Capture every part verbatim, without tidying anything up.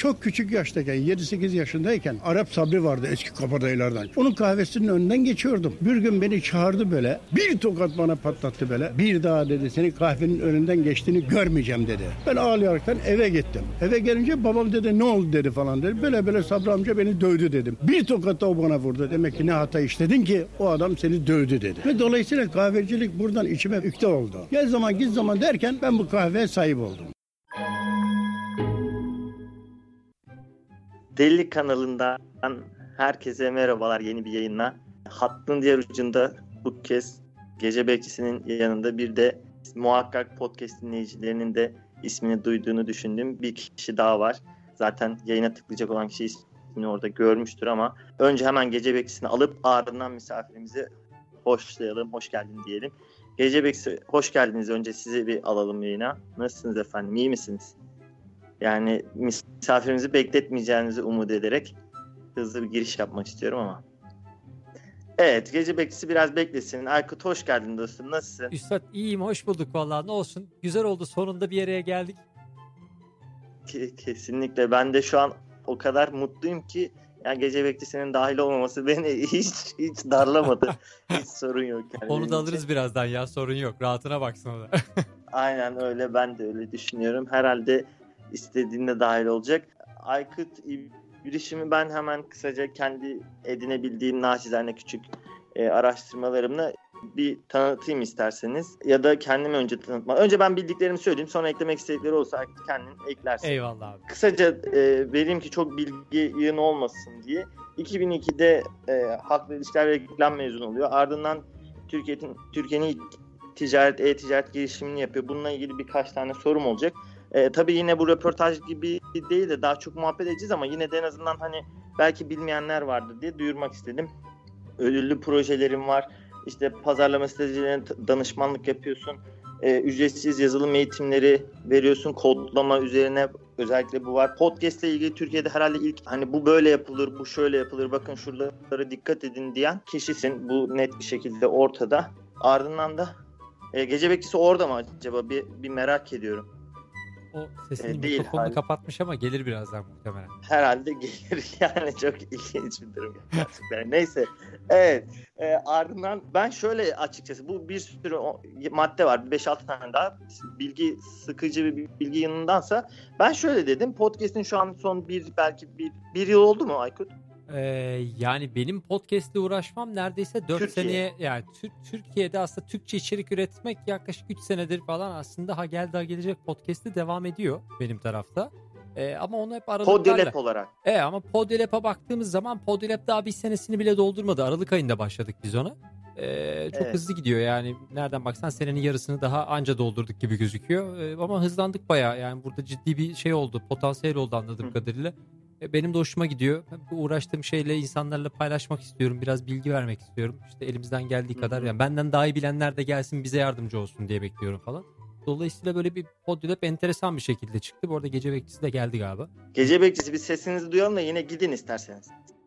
çok küçük yaştayken yedi sekiz yaşındayken Arap Sabri vardı eski kabadayılardan. Onun kahvesinin önünden geçiyordum. Bir gün beni çağırdı böyle. Bir tokat bana patlattı böyle. Bir daha dedi senin kahvenin önünden geçtiğini görmeyeceğim dedi. Ben ağlayaraktan eve gittim. Eve gelince babam dedi ne oldu dedi falan dedi. Böyle böyle Sabri amca beni dövdü dedim. Bir tokat da o bana vurdu. Demek ki ne hata işledin ki o adam seni dövdü dedi. Ve dolayısıyla kahvecilik buradan içime yükte oldu. Gel zaman git zaman derken ben bu kahveye sahip oldum. Deli kanalından herkese merhabalar yeni bir yayınla. Hattın diğer ucunda bu kez Gece Bekçisi'nin yanında bir de muhakkak podcast dinleyicilerinin de ismini duyduğunu düşündüğüm bir kişi daha var. Zaten yayına tıklayacak olan kişi ismini orada görmüştür ama önce hemen Gece Bekçisi'ni alıp ardından misafirimizi hoşlayalım, hoş geldin diyelim. Gece Bekçisi hoş geldiniz. Önce sizi bir alalım yayına. Nasılsınız efendim? İyi misiniz? Yani misafirimizi bekletmeyeceğinizi umut ederek hızlı bir giriş yapmak istiyorum ama. Evet, Gece Bekçisi biraz beklesin. Aykut hoş geldin dostum. Nasılsın? Üstad iyiyim, hoş bulduk vallahi. Ne olsun. Güzel oldu. Sonunda bir yere geldik. Kesinlikle. Ben de şu an o kadar mutluyum ki yani Gece Bekçisi'nin dahil olmaması beni hiç hiç darlamadı. Hiç sorun yok. Yani onu da alırız için. Birazdan ya, sorun yok. Rahatına baksın o da. Aynen öyle. Ben de öyle düşünüyorum. Herhalde istediğinde dahil olacak. Aykut girişimi ben hemen kısaca kendi edinebildiğim naçizane küçük e, araştırmalarımla bir tanıtayım isterseniz. Ya da kendimi önce tanıtmak. Önce ben bildiklerimi söyleyeyim. Sonra eklemek istedikleri olsa Aykut kendin eklersin. Eyvallah abi. Kısaca e, vereyim ki çok bilgi yığını olmasın diye. iki bin ikide e, Halkla İlişkiler ve Reklam mezunu oluyor. Ardından Türkiye'nin Türkiye'nin ticaret, e-ticaret girişimini yapıyor. Bununla ilgili birkaç tane sorum olacak. Ee, tabii yine bu röportaj gibi değil de daha çok muhabbet edeceğiz ama yine de en azından hani belki bilmeyenler vardır diye duyurmak istedim. Ödüllü projelerim var. İşte pazarlama stratejilerine danışmanlık yapıyorsun. Ee, ücretsiz yazılım eğitimleri veriyorsun. Kodlama üzerine özellikle bu var. Podcast ile ilgili Türkiye'de herhalde ilk hani bu böyle yapılır, bu şöyle yapılır, bakın şuralara dikkat edin diyen kişisin. Bu net bir şekilde ortada. Ardından da e, Gece Bekçisi orada mı acaba? Bir, bir merak ediyorum. O sesini e, değil, mikrofonunu hal... kapatmış ama gelir birazdan muhtemelen. Herhalde gelir yani çok ilginç bir durum gerçekten. Neyse evet e, ardından ben şöyle açıkçası bu bir sürü madde var beş altı tane daha bilgi sıkıcı bir bilgi yanındansa ben şöyle dedim podcast'in şu an son bir belki bir, bir yıl oldu mu Aykut? Ee, yani benim podcast'le uğraşmam neredeyse dört seneye yani Tür- Türkiye'de aslında Türkçe içerik üretmek yaklaşık üç senedir falan aslında ha gel daha gelecek podcast'i devam ediyor benim tarafta. Ee, ama onu hep aralıklarla. Podilab olarak. Evet ama Podilab'a baktığımız zaman Podilab daha bir senesini bile doldurmadı. Aralık ayında başladık biz ona. Ee, çok evet. Hızlı gidiyor yani nereden baksan senenin yarısını daha anca doldurduk gibi gözüküyor. Ee, ama hızlandık bayağı yani burada ciddi bir şey oldu, potansiyel oldu anladığım Hı. kadarıyla. Benim de hoşuma gidiyor. Bu uğraştığım şeyle insanlarla paylaşmak istiyorum. Biraz bilgi vermek istiyorum. İşte elimizden geldiği kadar. Yani benden daha iyi bilenler de gelsin bize yardımcı olsun diye bekliyorum falan. Dolayısıyla böyle bir Podilab enteresan bir şekilde çıktı. Bu arada Gece Bekçisi de geldi galiba. Gece Bekçisi bir sesinizi duyalım da yine gidin isterseniz.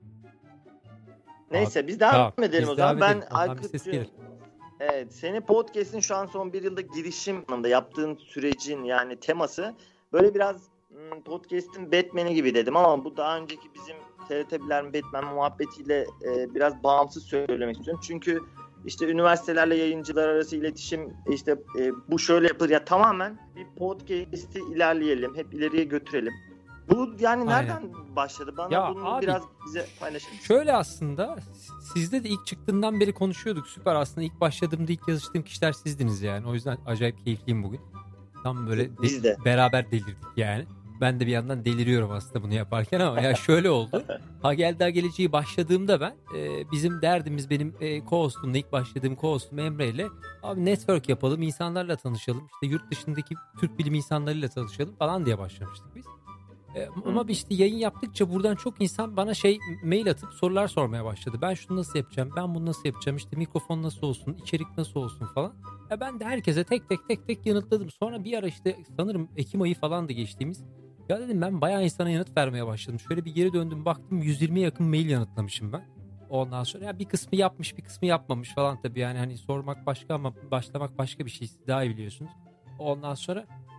Neyse abi, biz devam tamam, edelim biz o zaman. Devam ben Aykut'cum. Evet, senin podcast'in şu an son bir yılda girişim anlamında yaptığın sürecin yani teması böyle biraz podcast'in Batman'i gibi dedim ama bu daha önceki bizim T R T Bilen Batman muhabbetiyle e, biraz bağımsız söylemek istiyorum. Çünkü işte üniversitelerle yayıncılar arası iletişim işte e, bu şöyle yapılır ya tamamen bir podcast'i ilerleyelim, hep ileriye götürelim. Bu yani nereden Aynen. başladı? Bana ya bunu abi, biraz bize paylaşır mısın? Şöyle aslında sizde de ilk çıktığından beri konuşuyorduk. Süper aslında ilk başladığımda ilk yazıştığım kişiler sizdiniz yani. O yüzden acayip keyifliyim bugün. Tam böyle de- de- beraber delirdik yani. Ben de bir yandan deliriyorum aslında bunu yaparken ama ya şöyle oldu. Ha gel daha geleceği başladığımda ben e, bizim derdimiz benim e, co-hostumla ilk başladığım co-hostum Emre ile abi network yapalım, insanlarla tanışalım. İşte yurt dışındaki Türk bilim insanlarıyla tanışalım falan diye başlamıştık biz. E, ama işte yayın yaptıkça buradan çok insan bana şey mail atıp sorular sormaya başladı. Ben şunu nasıl yapacağım? Ben bunu nasıl yapacağım? İşte mikrofon nasıl olsun? İçerik nasıl olsun falan. Ya ben de herkese tek tek tek tek yanıtladım. Sonra bir ara işte sanırım Ekim ayı falan da geçtiğimiz. Ya dedim ben bayağı insana yanıt vermeye başladım. Şöyle bir geri döndüm baktım yüz yirmiye yakın mail yanıtlamışım ben. Ondan sonra ya bir kısmı yapmış bir kısmı yapmamış falan tabii yani hani sormak başka ama başlamak başka bir şey. Siz daha iyi biliyorsunuz. Ondan sonra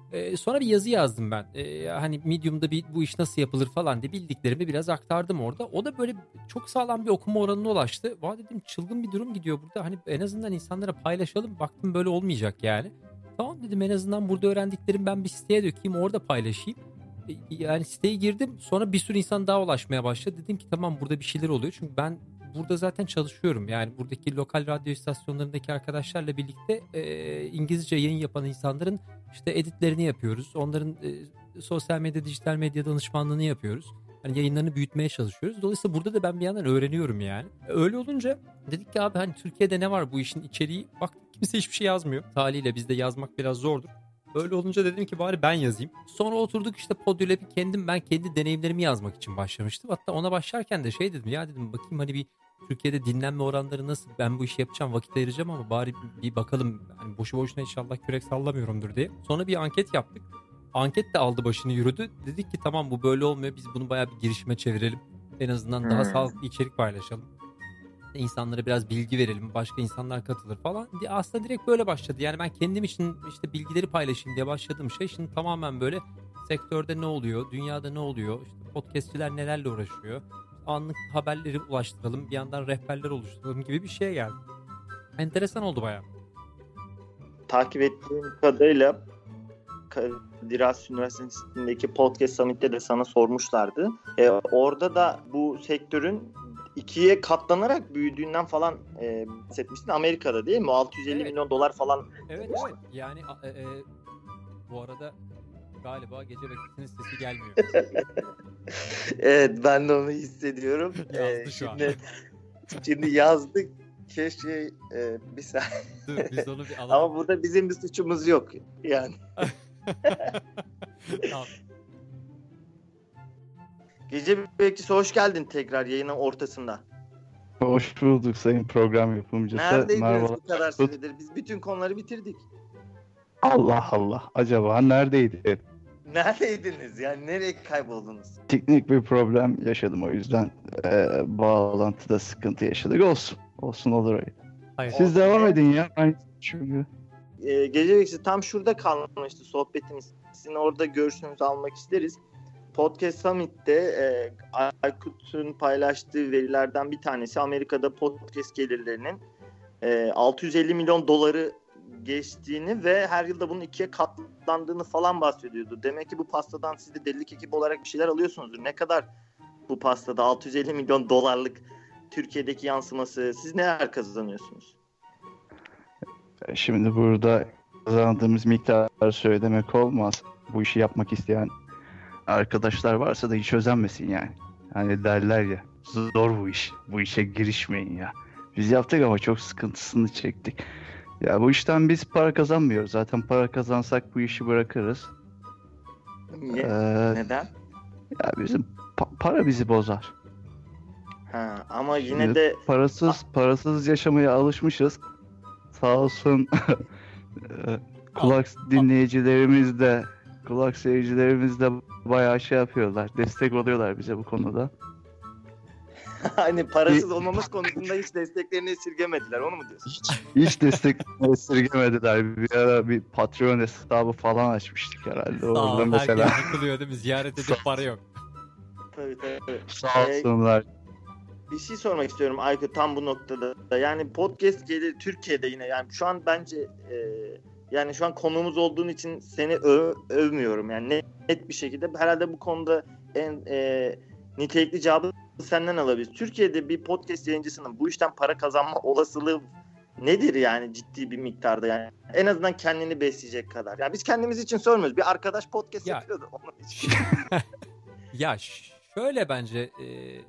Ee, sonra bir yazı yazdım ben. Ee, hani Medium'da bir, bu iş nasıl yapılır falan diye bildiklerimi biraz aktardım orada. O da böyle çok sağlam bir okuma oranına ulaştı. Vay dedim, çılgın bir durum gidiyor burada. Hani en azından insanlara paylaşalım. Baktım böyle olmayacak yani. Tamam dedim, en azından burada öğrendiklerimi ben bir siteye dökeyim, orada paylaşayım. Ee, yani siteye girdim, sonra bir sürü insan daha ulaşmaya başladı. Dedim ki tamam, burada bir şeyler oluyor. Çünkü ben burada zaten çalışıyorum. Yani buradaki lokal radyo istasyonlarındaki arkadaşlarla birlikte e, İngilizce yayın yapan insanların işte editlerini yapıyoruz. Onların e, sosyal medya, dijital medya danışmanlığını yapıyoruz. Hani yayınlarını büyütmeye çalışıyoruz. Dolayısıyla burada da ben bir yandan öğreniyorum yani. Öyle olunca dedik ki abi, hani Türkiye'de ne var bu işin içeriği? Baktık kimse hiçbir şey yazmıyor. Haliyle bizde yazmak biraz zordur. Öyle olunca dedim ki bari ben yazayım. Sonra oturduk işte Podyolab'i kendim, ben kendi deneyimlerimi yazmak için başlamıştım. Hatta ona başlarken de şey dedim, ya dedim bakayım hani bir Türkiye'de dinlenme oranları nasıl? Ben bu işi yapacağım, vakit ayıracağım ama bari bir bakalım. Hani boşu boşuna inşallah kürek sallamıyorumdur diye. Sonra bir anket yaptık. Anket de aldı başını yürüdü. Dedik ki tamam, bu böyle olmuyor. Biz bunu bayağı bir girişime çevirelim. En azından daha hmm. sağlıklı içerik paylaşalım. İnsanlara biraz bilgi verelim. Başka insanlar katılır falan. Aslında direkt böyle başladı. Yani ben kendim için işte bilgileri paylaşayım diye başladığım şey şimdi tamamen böyle sektörde ne oluyor? Dünyada ne oluyor? İşte podcastçiler nelerle uğraşıyor? Anlık haberleri ulaştıralım, bir yandan rehberler oluşturalım gibi bir şeye geldi. Enteresan oldu bayağı. Takip ettiğim kadarıyla Kadir Has Üniversitesi'ndeki Podcast Summit'te de sana sormuşlardı. Ee, orada da bu sektörün ikiye katlanarak büyüdüğünden falan e, bahsetmiştin. Amerika'da değil mi? altı yüz elli evet. milyon dolar falan. Evet evet. Yani e, e, bu arada galiba gece bekletinin sesi gelmiyor. Evet, ben de onu hissediyorum. Yazdı ee, şu şimdi, an. Şimdi yazdık. Keşke e, bir saniye. Dur, biz onu bir alalım. Ama burada bizim bir suçumuz yok yani. Tamam. Gece Bekçisi hoş geldin tekrar yayının ortasında. Hoş bulduk sayın program yapımcısı. Neredeydiniz bu kadar süredir? Biz bütün konuları bitirdik. Allah Allah. Acaba neredeydi? Neredeydiniz? Yani nereye kayboldunuz? Teknik bir problem yaşadım, o yüzden e, bağlantıda sıkıntı yaşadık. Olsun. Olsun olur öyle. Hayır. Siz Olsun devam ya. edin ya. Aynı çünkü. Ee, Gece Bekçisi tam şurada kalmıştı sohbetimiz. Sizin orada görüşünüzü almak isteriz. Podcast Summit'te e, Aykut'un paylaştığı verilerden bir tanesi Amerika'da podcast gelirlerinin e, altı yüz elli milyon doları geçtiğini ve her yılda bunun ikiye katlandığını falan bahsediyordu. Demek ki bu pastadan siz de delilik ekibi olarak bir şeyler alıyorsunuzdur. Ne kadar bu pastada altı yüz elli milyon dolarlık Türkiye'deki yansıması, siz neler kazanıyorsunuz? Şimdi burada kazandığımız miktarı söylemek olmaz. Bu işi yapmak isteyen arkadaşlar varsa da hiç özenmesin yani. Hani derler ya, zor bu iş. Bu işe girişmeyin ya. Biz yaptık ama çok sıkıntısını çektik. Ya bu işten biz para kazanmıyoruz. Zaten para kazansak bu işi bırakırız. Niye? Ee, Neden? Ya bizim pa- para bizi bozar. Ha, ama yine Şimdi de parasız parasız yaşamaya alışmışız. Sağ olsun kulak dinleyicilerimiz de, kulak seyircilerimiz de bayağı şey yapıyorlar. Destek oluyorlar bize bu konuda. Hani parasız olmamız konusunda hiç desteklerini esirgemediler, onu mu diyorsun? Hiç, hiç destek esirgemediler. Bir ara bir Patreon hesabı falan açmıştık herhalde. Sağ Orada ol, mesela. herkes yıkılıyor değil mi? Ziyaret edip para yok. Tabii tabii. Sağ olsunlar. Ee, bir şey sormak istiyorum Aykut tam bu noktada. Yani podcast gelir Türkiye'de yine, yani şu an bence e, yani şu an konuğumuz olduğun için seni öv, övmüyorum. Yani net, net bir şekilde herhalde bu konuda en e, nitelikli cevabı senden alabiliriz. Türkiye'de bir podcast yayıncısının bu işten para kazanma olasılığı nedir yani, ciddi bir miktarda yani? En azından kendini besleyecek kadar. Yani biz kendimiz için sormuyoruz. Bir arkadaş podcast ya, yapıyordu onun için. Ya şöyle bence e,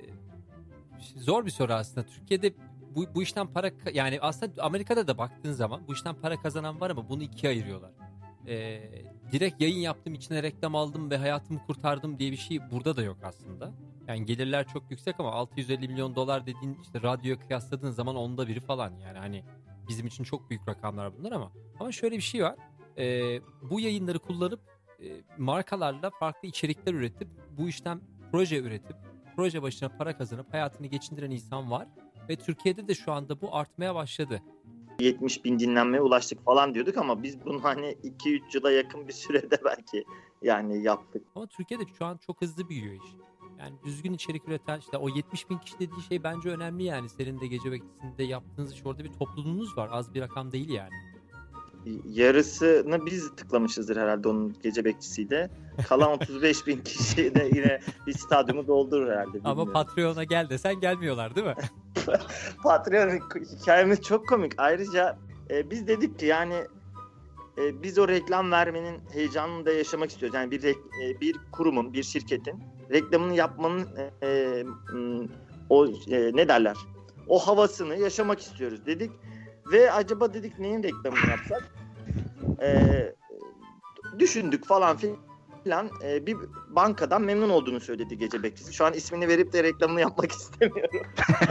zor bir soru aslında. Türkiye'de bu, bu işten para, yani aslında Amerika'da da baktığın zaman bu işten para kazanan var ama bunu ikiye ayırıyorlar. E, direkt yayın yaptım, içine reklam aldım ve hayatımı kurtardım diye bir şey burada da yok aslında. Yani gelirler çok yüksek ama altı yüz elli milyon dolar dediğin işte radyoya kıyasladığın zaman onda biri falan, yani hani bizim için çok büyük rakamlar bunlar ama ama şöyle bir şey var. Ee, bu yayınları kullanıp e, markalarla farklı içerikler üretip bu işten proje üretip proje başına para kazanıp hayatını geçindiren insan var ve Türkiye'de de şu anda bu artmaya başladı. yetmiş bin dinlenmeye ulaştık falan diyorduk ama biz bunu hani iki üç yıla yakın bir sürede belki yani yaptık. Ama Türkiye'de şu an çok hızlı büyüyor iş. Yani düzgün içerik üreten işte o yetmiş bin kişi dediği şey bence önemli yani. Senin de Gece Bekçisi'nde yaptığınız iş, orada bir topluluğunuz var. Az bir rakam değil yani. Yarısını biz tıklamışızdır herhalde onun Gece Bekçisi'yle. Kalan otuz beş bin kişi de yine bir stadyumu doldurur herhalde. Bilmiyorum. Ama Patreon'a gel desen gelmiyorlar değil mi? Patreon hikayemiz çok komik. Ayrıca e, biz dedik ki yani e, biz o reklam vermenin heyecanını da yaşamak istiyoruz. Yani bir rek- e, bir kurumun, bir şirketin reklamını yapmanın e, e, o e, ne derler? O havasını yaşamak istiyoruz dedik. Ve acaba dedik neyin reklamını yapsak? E, düşündük falan filan. E, bir bankadan memnun olduğunu söyledi Gece Bekçisi. Şu an ismini verip de reklamını yapmak istemiyorum.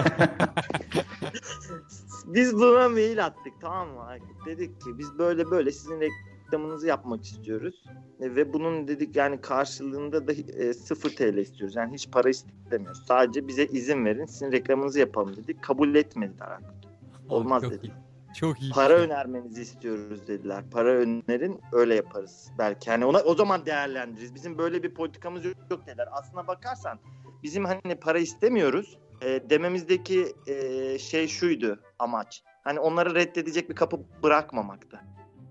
Biz buna mail attık, tamam mı? Dedik ki biz böyle böyle sizin reklamınızı yapmak istiyoruz. E, ve bunun dedik yani karşılığında da e, sıfır T L istiyoruz. Yani hiç para istemiyoruz. Sadece bize izin verin, sizin reklamınızı yapalım dedik. Kabul etmediler. Olmaz Çok dedik. iyi. Çok iyi. Para önermenizi istiyoruz dediler. Para önerin, öyle yaparız. Belki hani ona o zaman değerlendiririz. Bizim böyle bir politikamız yok, yok dediler. Aslına bakarsan bizim hani para istemiyoruz e, dememizdeki e, şey şuydu, amaç. Hani onları reddedecek bir kapı bırakmamaktı.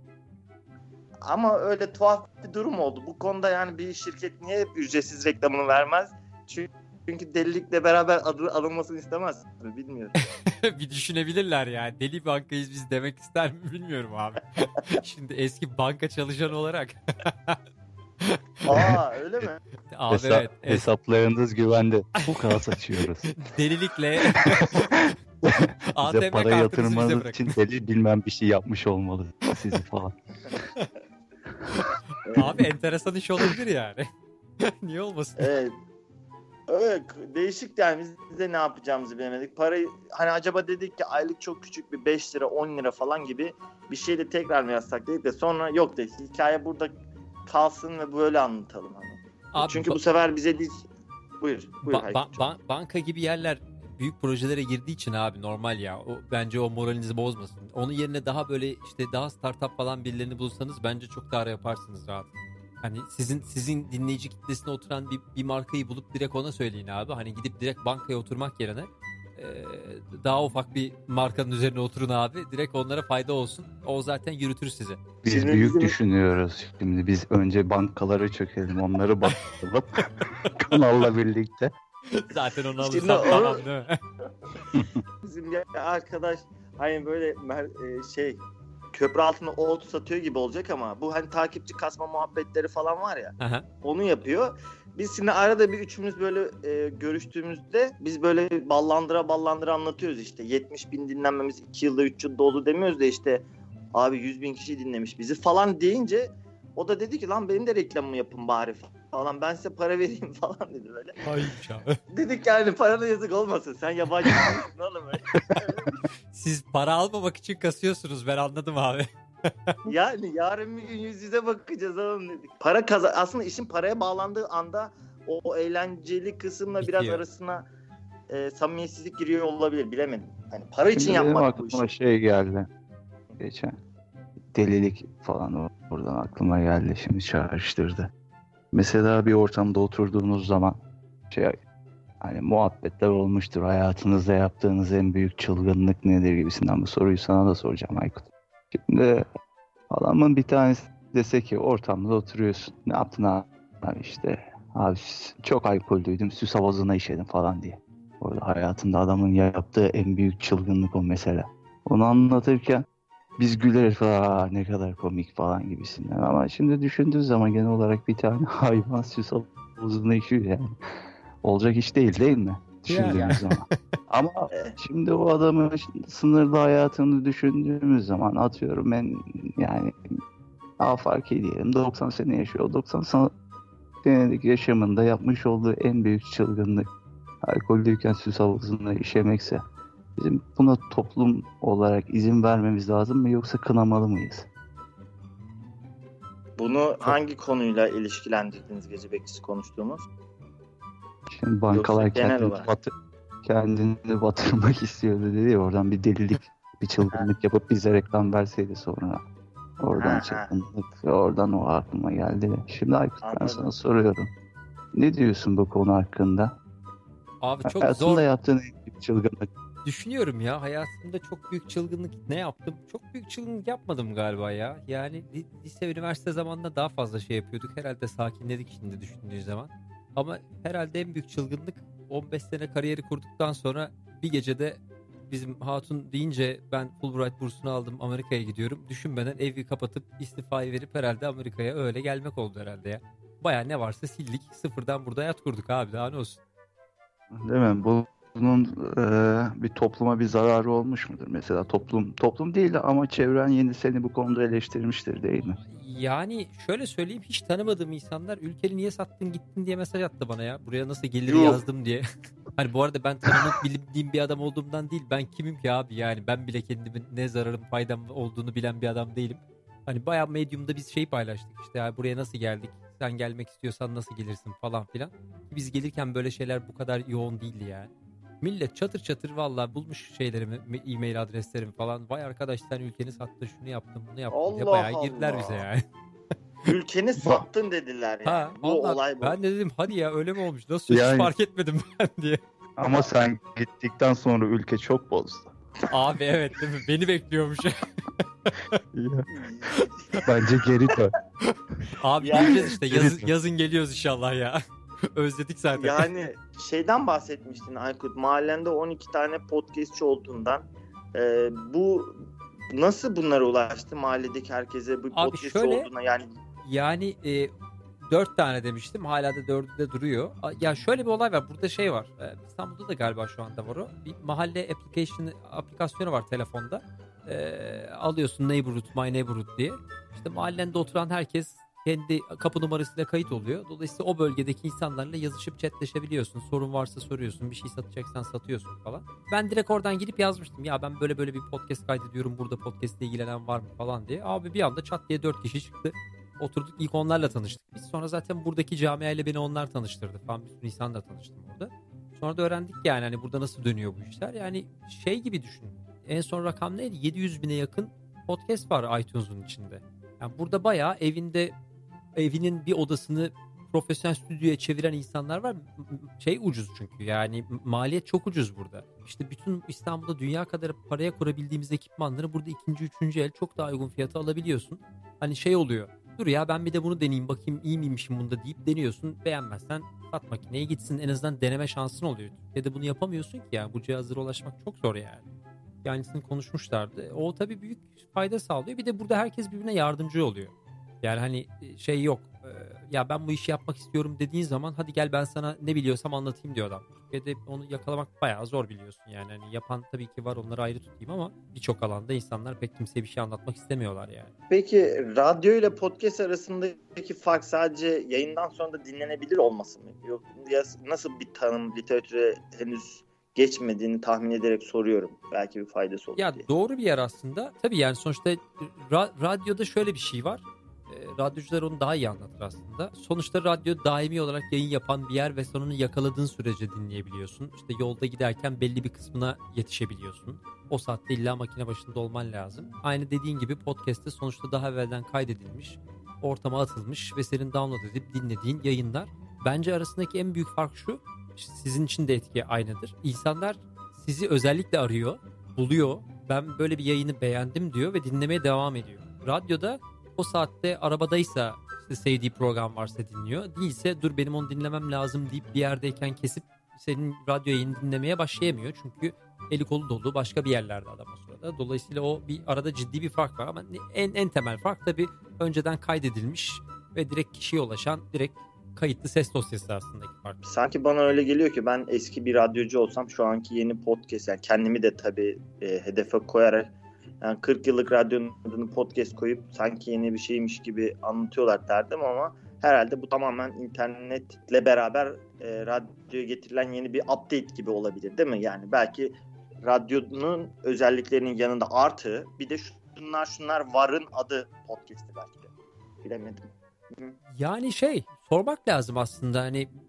Ama öyle tuhaf bir durum oldu. Bu konuda yani bir şirket niye hep ücretsiz reklamını vermez? Çünkü Çünkü delilikle beraber adı alınmasını istemez. Bilmiyorum. Bir düşünebilirler yani. Deli bankayız biz demek ister mi bilmiyorum abi. Şimdi eski banka çalışanı olarak. Aa öyle mi? Abi Hesap, evet. es- hesaplarınız güvende. Bu kadar saçıyoruz. Delilikle A Bize T M para kartınızı bize yatırmanız bırakın. için deli bilmem bir şey yapmış olmalı sizi falan. Abi enteresan iş olabilir yani. Niye olmasın? Evet. Evet, değişik yani biz de ne yapacağımızı bilemedik. Parayı hani acaba dedik ki aylık çok küçük bir beş lira on lira falan gibi bir şeyle tekrar mı yazsak dedik de sonra yok dedik. Hikaye burada kalsın ve böyle anlatalım hani. Abi, Çünkü ba- bu sefer bize değil. Buyur. Buyur. Ba- ba- ba- banka gibi yerler büyük projelere girdiği için abi normal ya. O, bence o moralinizi bozmasın. Onun yerine daha böyle işte daha startup falan birilerini bulsanız bence çok daha yaparsınız rahat. Hani sizin sizin dinleyici kitlesine oturan bir, bir markayı bulup direkt ona söyleyin abi. Hani gidip direkt bankaya oturmak yerine e, daha ufak bir markanın üzerine oturun abi. Direkt onlara fayda olsun. O zaten yürütür sizi. Biz Şimdi büyük bizim- düşünüyoruz. Şimdi biz önce bankaları çökelim, onları bakalım. Kanalla birlikte. Zaten onu Şimdi alırsan onu- tamam değil mi? Bizim bir arkadaş hani böyle mer- e, şey köprü altında oğut satıyor gibi olacak ama bu hani takipçi kasma muhabbetleri falan var ya. Aha. Onu yapıyor. Biz şimdi arada bir üçümüz böyle e, görüştüğümüzde biz böyle ballandıra ballandıra anlatıyoruz işte. yetmiş bin dinlenmemiz iki yılda üç yılda oldu demiyoruz da işte abi yüz bin kişi dinlemiş bizi falan deyince o da dedi ki lan benim de reklamımı yapın bari falan, ben size para vereyim falan dedi böyle. Hayırmış abi. Dedik yani parana yazık olmasın, sen yabancı değilsin oğlum öyle. Siz para almamak için kasıyorsunuz, ben anladım abi. Yani yarın bir gün yüz yüze bakacağız oğlum dedik. Para kazan aslında işin paraya bağlandığı anda o, o eğlenceli kısımla biraz Bitiyor. arasına e, samimiyetsizlik giriyor olabilir, bilemedim. Hani para için Şimdi benim yapmak bu aklıma işi. şey geldi. Geçen delilik falan o- oradan aklıma geldi. Şimdi çağrıştırdı. Mesela bir ortamda oturduğunuz zaman şey hani muhabbetler olmuştur. Hayatınızda yaptığınız en büyük çılgınlık nedir gibisinden bu soruyu sana da soracağım Aykut. Şimdi adamın bir tanesi dese ki ortamda oturuyorsun. Ne yaptın abi? Abi işte abi çok alkollüydüm, süs havuzuna işedim falan diye. Orada hayatında adamın yaptığı en büyük çılgınlık o mesela. Onu anlatırken biz güleriz, aa ne kadar komik falan gibisinden. Ama şimdi düşündüğün zaman genel olarak bir tane hayvan süs havuzuna işiyor yani. Olacak iş değil değil mi? Düşündüğümüz Yani. zaman. Ama şimdi o adamın sınırlı hayatını düşündüğümüz zaman atıyorum ben yani afaki diyelim doksan sene yaşıyor. doksan senelik yaşamında yapmış olduğu en büyük çılgınlık alkollüyken süs havuzunda işemekse bizim buna toplum olarak izin vermemiz lazım mı yoksa kınamalı mıyız? Bunu hangi konuyla ilişkilendirdiniz Gece Bekçisi konuştuğumuz? Şimdi bankalar Yoksa genel kendini, olarak? batı, kendini batırmak istiyordu dedi ya, oradan bir delilik Bir çılgınlık yapıp bize reklam verseydi sonra. Oradan çılgınlık, oradan o aklıma geldi. Şimdi Aykut, ben Anladım. sana soruyorum. Ne diyorsun bu konu hakkında? Abi çok Hayatında zor. yaptığın en büyük çılgınlık. Düşünüyorum ya, hayatımda çok büyük çılgınlık ne yaptım? Çok büyük çılgınlık yapmadım galiba ya. Yani li- lise, üniversite zamanında daha fazla şey yapıyorduk. Herhalde sakinledik şimdi düşündüğün zaman. Ama herhalde en büyük çılgınlık on beş sene kariyeri kurduktan sonra bir gecede bizim hatun deyince ben Fulbright bursunu aldım, Amerika'ya gidiyorum. Düşünmeden evi kapatıp istifayı verip herhalde Amerika'ya öyle gelmek oldu herhalde ya. Baya ne varsa sildik, sıfırdan burada hayat kurduk abi, daha ne olsun. Değil mi? Bunun e, bir topluma bir zararı olmuş mudur? Mesela toplum toplum değil ama çevren yeni seni bu konuda eleştirmiştir değil mi? Yani şöyle söyleyeyim, hiç tanımadığım insanlar ülkeni niye sattın gittin diye mesaj attı bana ya. Buraya nasıl gelir Yuh. yazdım diye. Hani bu arada ben tanımak bildiğim bir adam olduğumdan değil. Ben kimim ki abi yani. Ben bile kendimin ne zararım faydam olduğunu bilen bir adam değilim. Hani bayağı Medium'da biz şey paylaştık işte ya, buraya nasıl geldik? Sen gelmek istiyorsan nasıl gelirsin falan filan. Biz gelirken böyle şeyler bu kadar yoğun değildi yani. Millet çatır çatır vallahi bulmuş şeylerimi, e-mail adreslerimi falan. Vay arkadaş sen ülkeni sattın, şunu yaptın, bunu yaptın diye Allah bayağı girdiler Allah. bize yani. Ülkeni sattın dediler yani. Ha, bu vallahi olay bu. ben de dedim hadi ya öyle mi olmuş? Nasıl hiç Yani- fark etmedim ben diye. Ama sen gittikten sonra ülke çok bozdu. Abi evet değil mi? Beni bekliyormuş. Bence geri dön. Abi Yani- geleceğiz işte. Yaz, yazın geliyoruz inşallah ya. Özledik zaten. Yani şeyden bahsetmiştin Aykut. Mahallende on iki tane podcastçi olduğundan. Ee, bu nasıl bunlara ulaştı mahalledeki herkese bu Abi podcastçi şöyle- olduğuna yani Yani e, dört tane demiştim. Hala da dördü de duruyor. A- Ya şöyle bir olay var. Burada şey var. E, İstanbul'da da galiba şu anda var o. Bir mahalle application, aplikasyonu var telefonda. E, alıyorsun Neighborhood, My Neighborhood diye. İşte mahallende oturan herkes kendi kapı numarasıyla kayıt oluyor. Dolayısıyla o bölgedeki insanlarla yazışıp chatleşebiliyorsun. Sorun varsa soruyorsun. Bir şey satacaksan satıyorsun falan. Ben direkt oradan gidip yazmıştım. Ya ben böyle böyle bir podcast kaydediyorum. Burada podcast ile ilgilenen var mı falan diye. Abi bir anda çat diye dört kişi çıktı. Oturduk, ilk onlarla tanıştık. Biz sonra zaten buradaki camiayla beni onlar tanıştırdı falan. Bir sürü insanla tanıştım orada. Sonra da öğrendik yani hani burada nasıl dönüyor bu işler. Yani şey gibi düşün. En son rakam neydi? yedi yüz bine yakın podcast var iTunes'un içinde. Yani burada bayağı evinde evinin bir odasını profesyonel stüdyoya çeviren insanlar var. M- m- Şey ucuz çünkü yani m- maliyet çok ucuz burada. İşte bütün İstanbul'da dünya kadar paraya kurabildiğimiz ekipmanları burada ikinci, üçüncü el çok daha uygun fiyata alabiliyorsun. Hani şey oluyor. Dur ya ben bir de bunu deneyeyim bakayım iyi miymişim bunda deyip deniyorsun. Beğenmezsen sat makineye gitsin, en azından deneme şansın oluyor. Türkiye'de bunu yapamıyorsun ki yani bu cihazlara ulaşmak çok zor yani. Kendisini konuşmuşlardı. O tabii büyük fayda sağlıyor. Bir de burada herkes birbirine yardımcı oluyor. Yani hani şey yok. e, Ya ben bu işi yapmak istiyorum dediğin zaman hadi gel ben sana ne biliyorsam anlatayım diyor adam. Türkiye'de onu yakalamak bayağı zor biliyorsun yani. Hani yapan tabii ki var, onları ayrı tutayım ama birçok alanda insanlar pek kimseye bir şey anlatmak istemiyorlar yani. peki radyo ile podcast arasındaki fark sadece yayından sonra da dinlenebilir olması mı? Yok ya nasıl bir tanım literatüre henüz geçmediğini tahmin ederek soruyorum. Belki bir faydası olur Ya diye. doğru bir yer aslında. Tabii yani sonuçta ra- radyoda şöyle bir şey var. E, radyocular onu daha iyi anlatır aslında. Sonuçta radyo daimi olarak yayın yapan bir yer ve sonunu yakaladığın sürece dinleyebiliyorsun. İşte yolda giderken belli bir kısmına yetişebiliyorsun. O saatte illa makine başında olman lazım. Aynı dediğin gibi podcast'te sonuçta daha evvelden kaydedilmiş, ortama atılmış ve senin download edip dinlediğin yayınlar. Bence arasındaki en büyük fark şu. Sizin için de etki aynıdır. İnsanlar sizi özellikle arıyor, buluyor. Ben böyle bir yayını beğendim diyor ve dinlemeye devam ediyor. Radyoda o saatte arabadaysa işte sevdiği program varsa dinliyor. Değilse dur benim onu dinlemem lazım deyip bir yerdeyken kesip senin radyo yayını dinlemeye başlayamıyor. Çünkü eli kolu dolu başka bir yerlerde adam o sırada. Dolayısıyla o bir arada ciddi bir fark var ama en en temel fark tabii önceden kaydedilmiş ve direkt kişiye ulaşan direkt kayıtlı ses dosyası aslındaki fark. Sanki bana öyle geliyor ki ben eski bir radyocu olsam şu anki yeni podcast yani kendimi de tabii e, hedefe koyarak yani kırk yıllık radyonun adını podcast koyup sanki yeni bir şeymiş gibi anlatıyorlar derdim ama herhalde bu tamamen internetle beraber e, radyoya getirilen yeni bir update gibi olabilir değil mi? Yani belki radyonun özelliklerinin yanında artı bir de şunlar şunlar varın adı podcast'ı belki de. Bilemedim. Hı. Yani şey sormak lazım aslında hani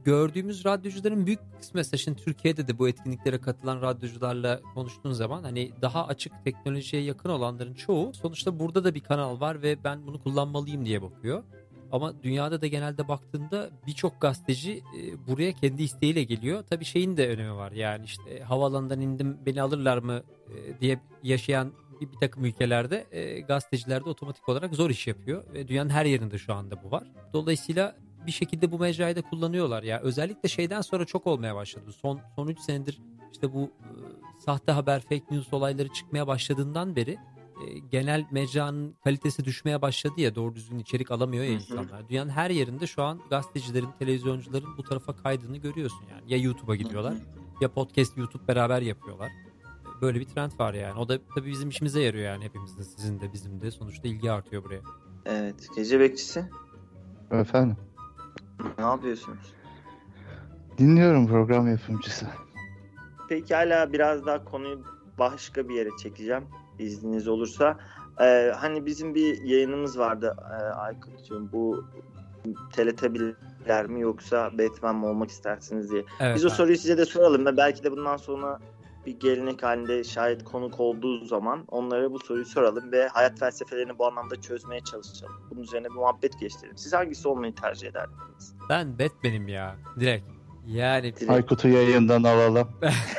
gördüğümüz radyocuların büyük kısmı, mesela şimdi Türkiye'de de bu etkinliklere katılan radyocularla konuştuğun zaman hani daha açık, teknolojiye yakın olanların çoğu sonuçta burada da bir kanal var ve ben bunu kullanmalıyım diye bakıyor. Ama dünyada da genelde baktığında birçok gazeteci e, buraya kendi isteğiyle geliyor. Tabii şeyin de önemi var, yani işte havaalanından indim beni alırlar mı e, diye yaşayan bir, bir takım ülkelerde e, gazeteciler de otomatik olarak zor iş yapıyor. Ve dünyanın her yerinde şu anda bu var. Dolayısıyla bir şekilde bu mecrayı da kullanıyorlar ya. Özellikle şeyden sonra çok olmaya başladı. Son son üç senedir işte bu e, sahte haber, fake news olayları çıkmaya başladığından beri e, genel mecranın kalitesi düşmeye başladı ya, doğru düzgün içerik alamıyor ya insanlar. Dünyanın her yerinde şu an gazetecilerin, televizyoncuların bu tarafa kaydığını görüyorsun yani. Ya YouTube'a gidiyorlar ya podcast, YouTube beraber yapıyorlar. Böyle bir trend var yani. O da tabii bizim işimize yarıyor yani, hepimizin, sizin de bizim de. Sonuçta ilgi artıyor buraya. Evet. Gece bekçisi. Efendim? Ne yapıyorsunuz? Dinliyorum program yapımcısı. Peki hala biraz daha konuyu başka bir yere çekeceğim, izniniz olursa. Ee, hani bizim bir yayınımız vardı e, Aykut'cum. Bu Teletubbies'ler mi yoksa Batman mi olmak istersiniz diye. Evet, Biz o abi. soruyu size de soralım ve belki de bundan sonra bir gelenek halinde şayet konuk olduğu zaman onlara bu soruyu soralım ve hayat felsefelerini bu anlamda çözmeye çalışalım. Bunun üzerine bir muhabbet geçirelim. Siz hangisi olmayı tercih ederdiniz? Ben Batman'im ya. Direkt. Yani Direkt. Aykut'u yayından alalım.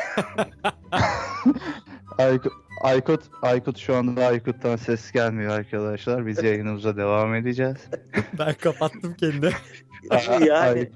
Aykut, Aykut, Aykut şu anda Aykut'tan ses gelmiyor arkadaşlar. Biz yayınımıza devam edeceğiz. ben kapattım kendimi. Yani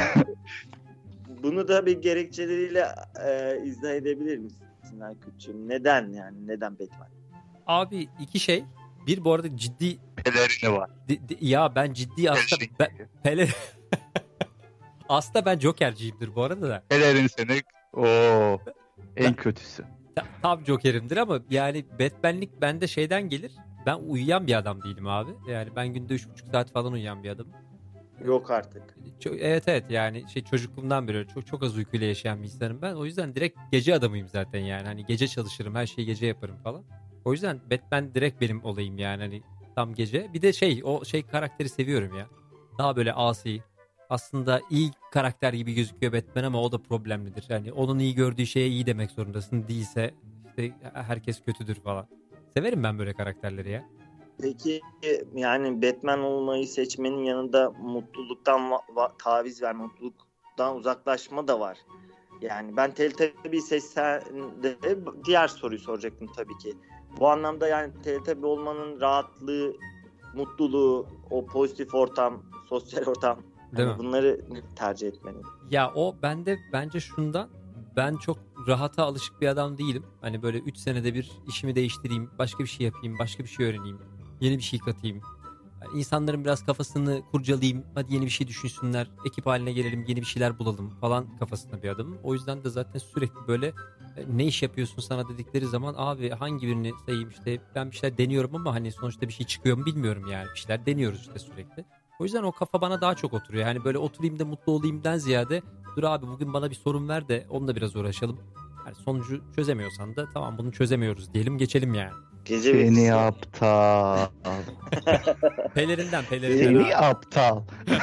bunu da bir gerekçeleriyle e, izah edebilir misin Aykut'cum? Neden yani? Neden Batman? Abi iki şey. Bir, bu arada ciddi Pelerini var. di- di- ya ben ciddi aslında ben, Pele aslında ben Joker'ciyimdir bu arada da. Pelerin seni o en kötüsü. Ta- Tam Joker'imdir ama yani Batman'lik bende şeyden gelir. Ben uyuyan bir adam değilim abi. Yani ben günde üç buçuk saat falan uyuyan bir adamım. Yok artık. Çok, evet evet yani şey çocukluğumdan beri çok çok az uykuyla yaşayan bir insanım ben. O yüzden direkt gece adamıyım zaten yani. Hani gece çalışırım, her şeyi gece yaparım falan. O yüzden Batman direkt benim olayım yani, hani tam gece. Bir de şey, o şey karakteri seviyorum ya. Daha böyle asi. Aslında iyi karakter gibi gözüküyor Batman ama o da problemlidir. Yani onun iyi gördüğü şeye iyi demek zorundasın. Değilse işte herkes kötüdür falan. Severim ben böyle karakterleri ya. Peki yani Batman olmayı seçmenin yanında mutluluktan va- va- taviz verme, mutluluktan uzaklaşma da var. Yani ben Teletubbies seçsem de diğer soruyu soracaktım tabii ki. Bu anlamda yani Teletubbies olmanın rahatlığı, mutluluğu, o pozitif ortam, sosyal ortam, Değil hani mi? bunları tercih etmeni. Ya o bende bence şundan, ben çok rahata alışık bir adam değilim. Hani böyle üç senede bir işimi değiştireyim, başka bir şey yapayım, başka bir şey öğreneyim, yeni bir şey katayım. Yani insanların biraz kafasını kurcalayayım, hadi yeni bir şey düşünsünler, ekip haline gelelim, yeni bir şeyler bulalım falan kafasında bir adamım. O yüzden de zaten sürekli böyle e, ne iş yapıyorsun sana dedikleri zaman abi hangi birini sayayım, işte ben bir şeyler deniyorum ama hani sonuçta bir şey çıkıyor mu bilmiyorum yani. Bir şeyler deniyoruz işte sürekli. O yüzden o kafa bana daha çok oturuyor. Hani böyle oturayım da mutlu olayımdan ziyade dur abi bugün bana bir sorun ver de onunla biraz uğraşalım. Yani sonucu çözemiyorsan da tamam bunu çözemiyoruz diyelim, geçelim yani. Gece Seni bekçisi. aptal. Pelerinden pelerinden abi. Seni aptal.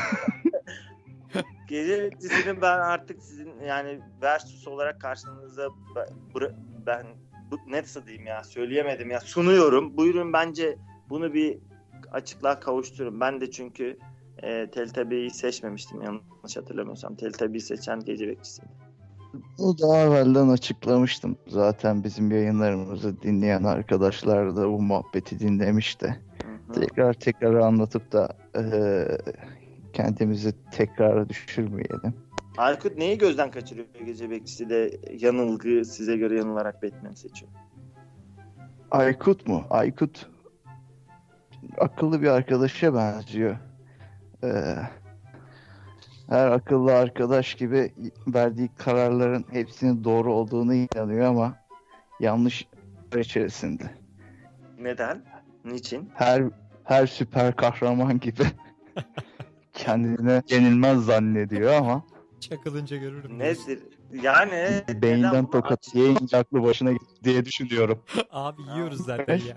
Gece bekçisinin ben artık sizin yani versus olarak karşınıza bıra- ben bu, nasıl diyeyim ya söyleyemedim ya sunuyorum. Buyurun bence bunu bir açıklığa kavuşturun. Ben de çünkü e, Teletubbies'i seçmemiştim yanlış hatırlamıyorsam. Teletubbies'i seçen gece bekçisiyim. Bunu daha evvelden açıklamıştım. Zaten bizim yayınlarımızı dinleyen arkadaşlar da bu muhabbeti dinlemiş de. Hı hı. Tekrar tekrar anlatıp da eee, kendimizi tekrar düşürmeyelim. Aykut neyi gözden kaçırıyor gece bekçisi de yanılgı size göre yanılarak Batman'i seçiyor? Aykut mu? Aykut akıllı bir arkadaşa benziyor. Eee, her akıllı arkadaş gibi verdiği kararların hepsinin doğru olduğunu inanıyor ama yanlış içerisinde. Neden? Niçin? Her her süper kahraman gibi kendine yenilmez zannediyor ama Çakılınca görürüm. Nedir? Yani beyinden neden bunu tokat aç- yiyince aklı başına gitti diye düşünüyorum. Abi yiyoruz zaten ya.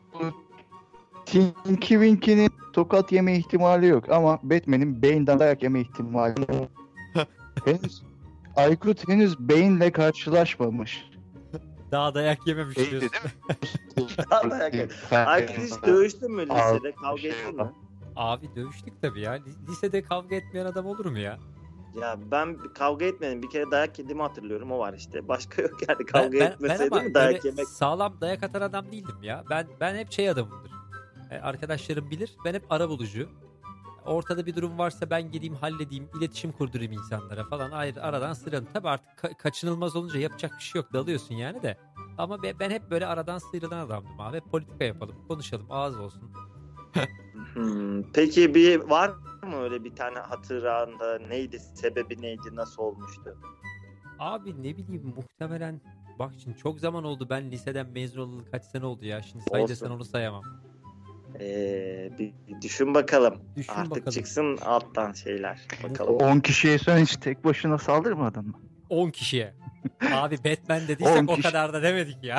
Tinky Winky'nin tokat yeme ihtimali yok ama Batman'in beyinden dayak yeme ihtimali henüz Aykut henüz beyinle karşılaşmamış. Daha dayak yememiş Beyinle diyorsun. değil mi? Daha dayak yememiş. Aykut hiç dövüştün mü lisede? Kavga ettin mi? Abi dövüştük tabii ya. Lisede kavga etmeyen adam olur mu ya? Ya ben kavga etmedim. Bir kere dayak yediğimi hatırlıyorum. O var işte. Başka yok yani. Kavga Ben, ben, ben etmeseydim ama dayak böyle yemek. sağlam dayak atan adam değildim ya. Ben ben hep şey adamımdır. E, arkadaşlarım bilir. Ben hep arabulucu. Ortada bir durum varsa ben geleyim halledeyim, iletişim kurdurayım insanlara falan. Ayrı aradan sıyrılalım. Tabii artık ka- kaçınılmaz olunca yapacak bir şey yok. Dalıyorsun yani de. Ama be- ben hep böyle aradan sıyrılan adamdım abi. Hep politika yapalım, konuşalım, ağız olsun. Hmm, peki bir var mı öyle bir tane hatıranda? Neydi? Sebebi neydi? Nasıl olmuştu? Abi ne bileyim muhtemelen bak şimdi çok zaman oldu ben liseden mezun olalı kaç sene oldu ya. Şimdi say Olsun. desen onu sayamam. Ee, bir, bir düşün bakalım. Düşün Artık bakalım. çıksın alttan şeyler. Bakalım. on kişiye sen hiç tek başına saldırmadın mı? on kişiye. Abi Batman dediysek on o kişi. kadar da demedik ya.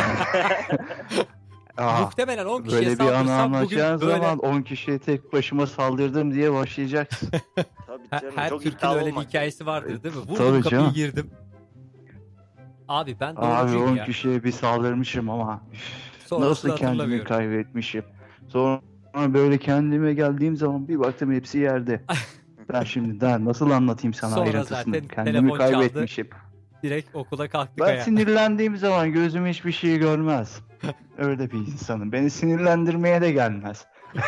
Aa, Muhtemelen on kişiye böyle bir anı saldırsam bugün anlatacağın böyle zaman on kişiye tek başıma saldırdım diye başlayacaksın. Tabii her, canım, her çok Türk'ün iddialı öyle bir olmak hikayesi vardır değil mi? Vurdum Tabii kapıyı canım. girdim. Abi ben Abi doğrucuyum on ya. kişiye bir saldırmışım ama üf, Sonrasını nasıl kendimi hatırlamıyorum. kaybetmişim. Sonra böyle kendime geldiğim zaman bir baktım hepsi yerde. Ben şimdi daha nasıl anlatayım sana Sonra ayrıntısını? zaten Kendimi telefon çaldı. kaybetmişim. Direkt okula kalktık Ben ayağa. sinirlendiğim zaman gözüm hiçbir şey görmez. Öyle bir insanım. Beni sinirlendirmeye de gelmez.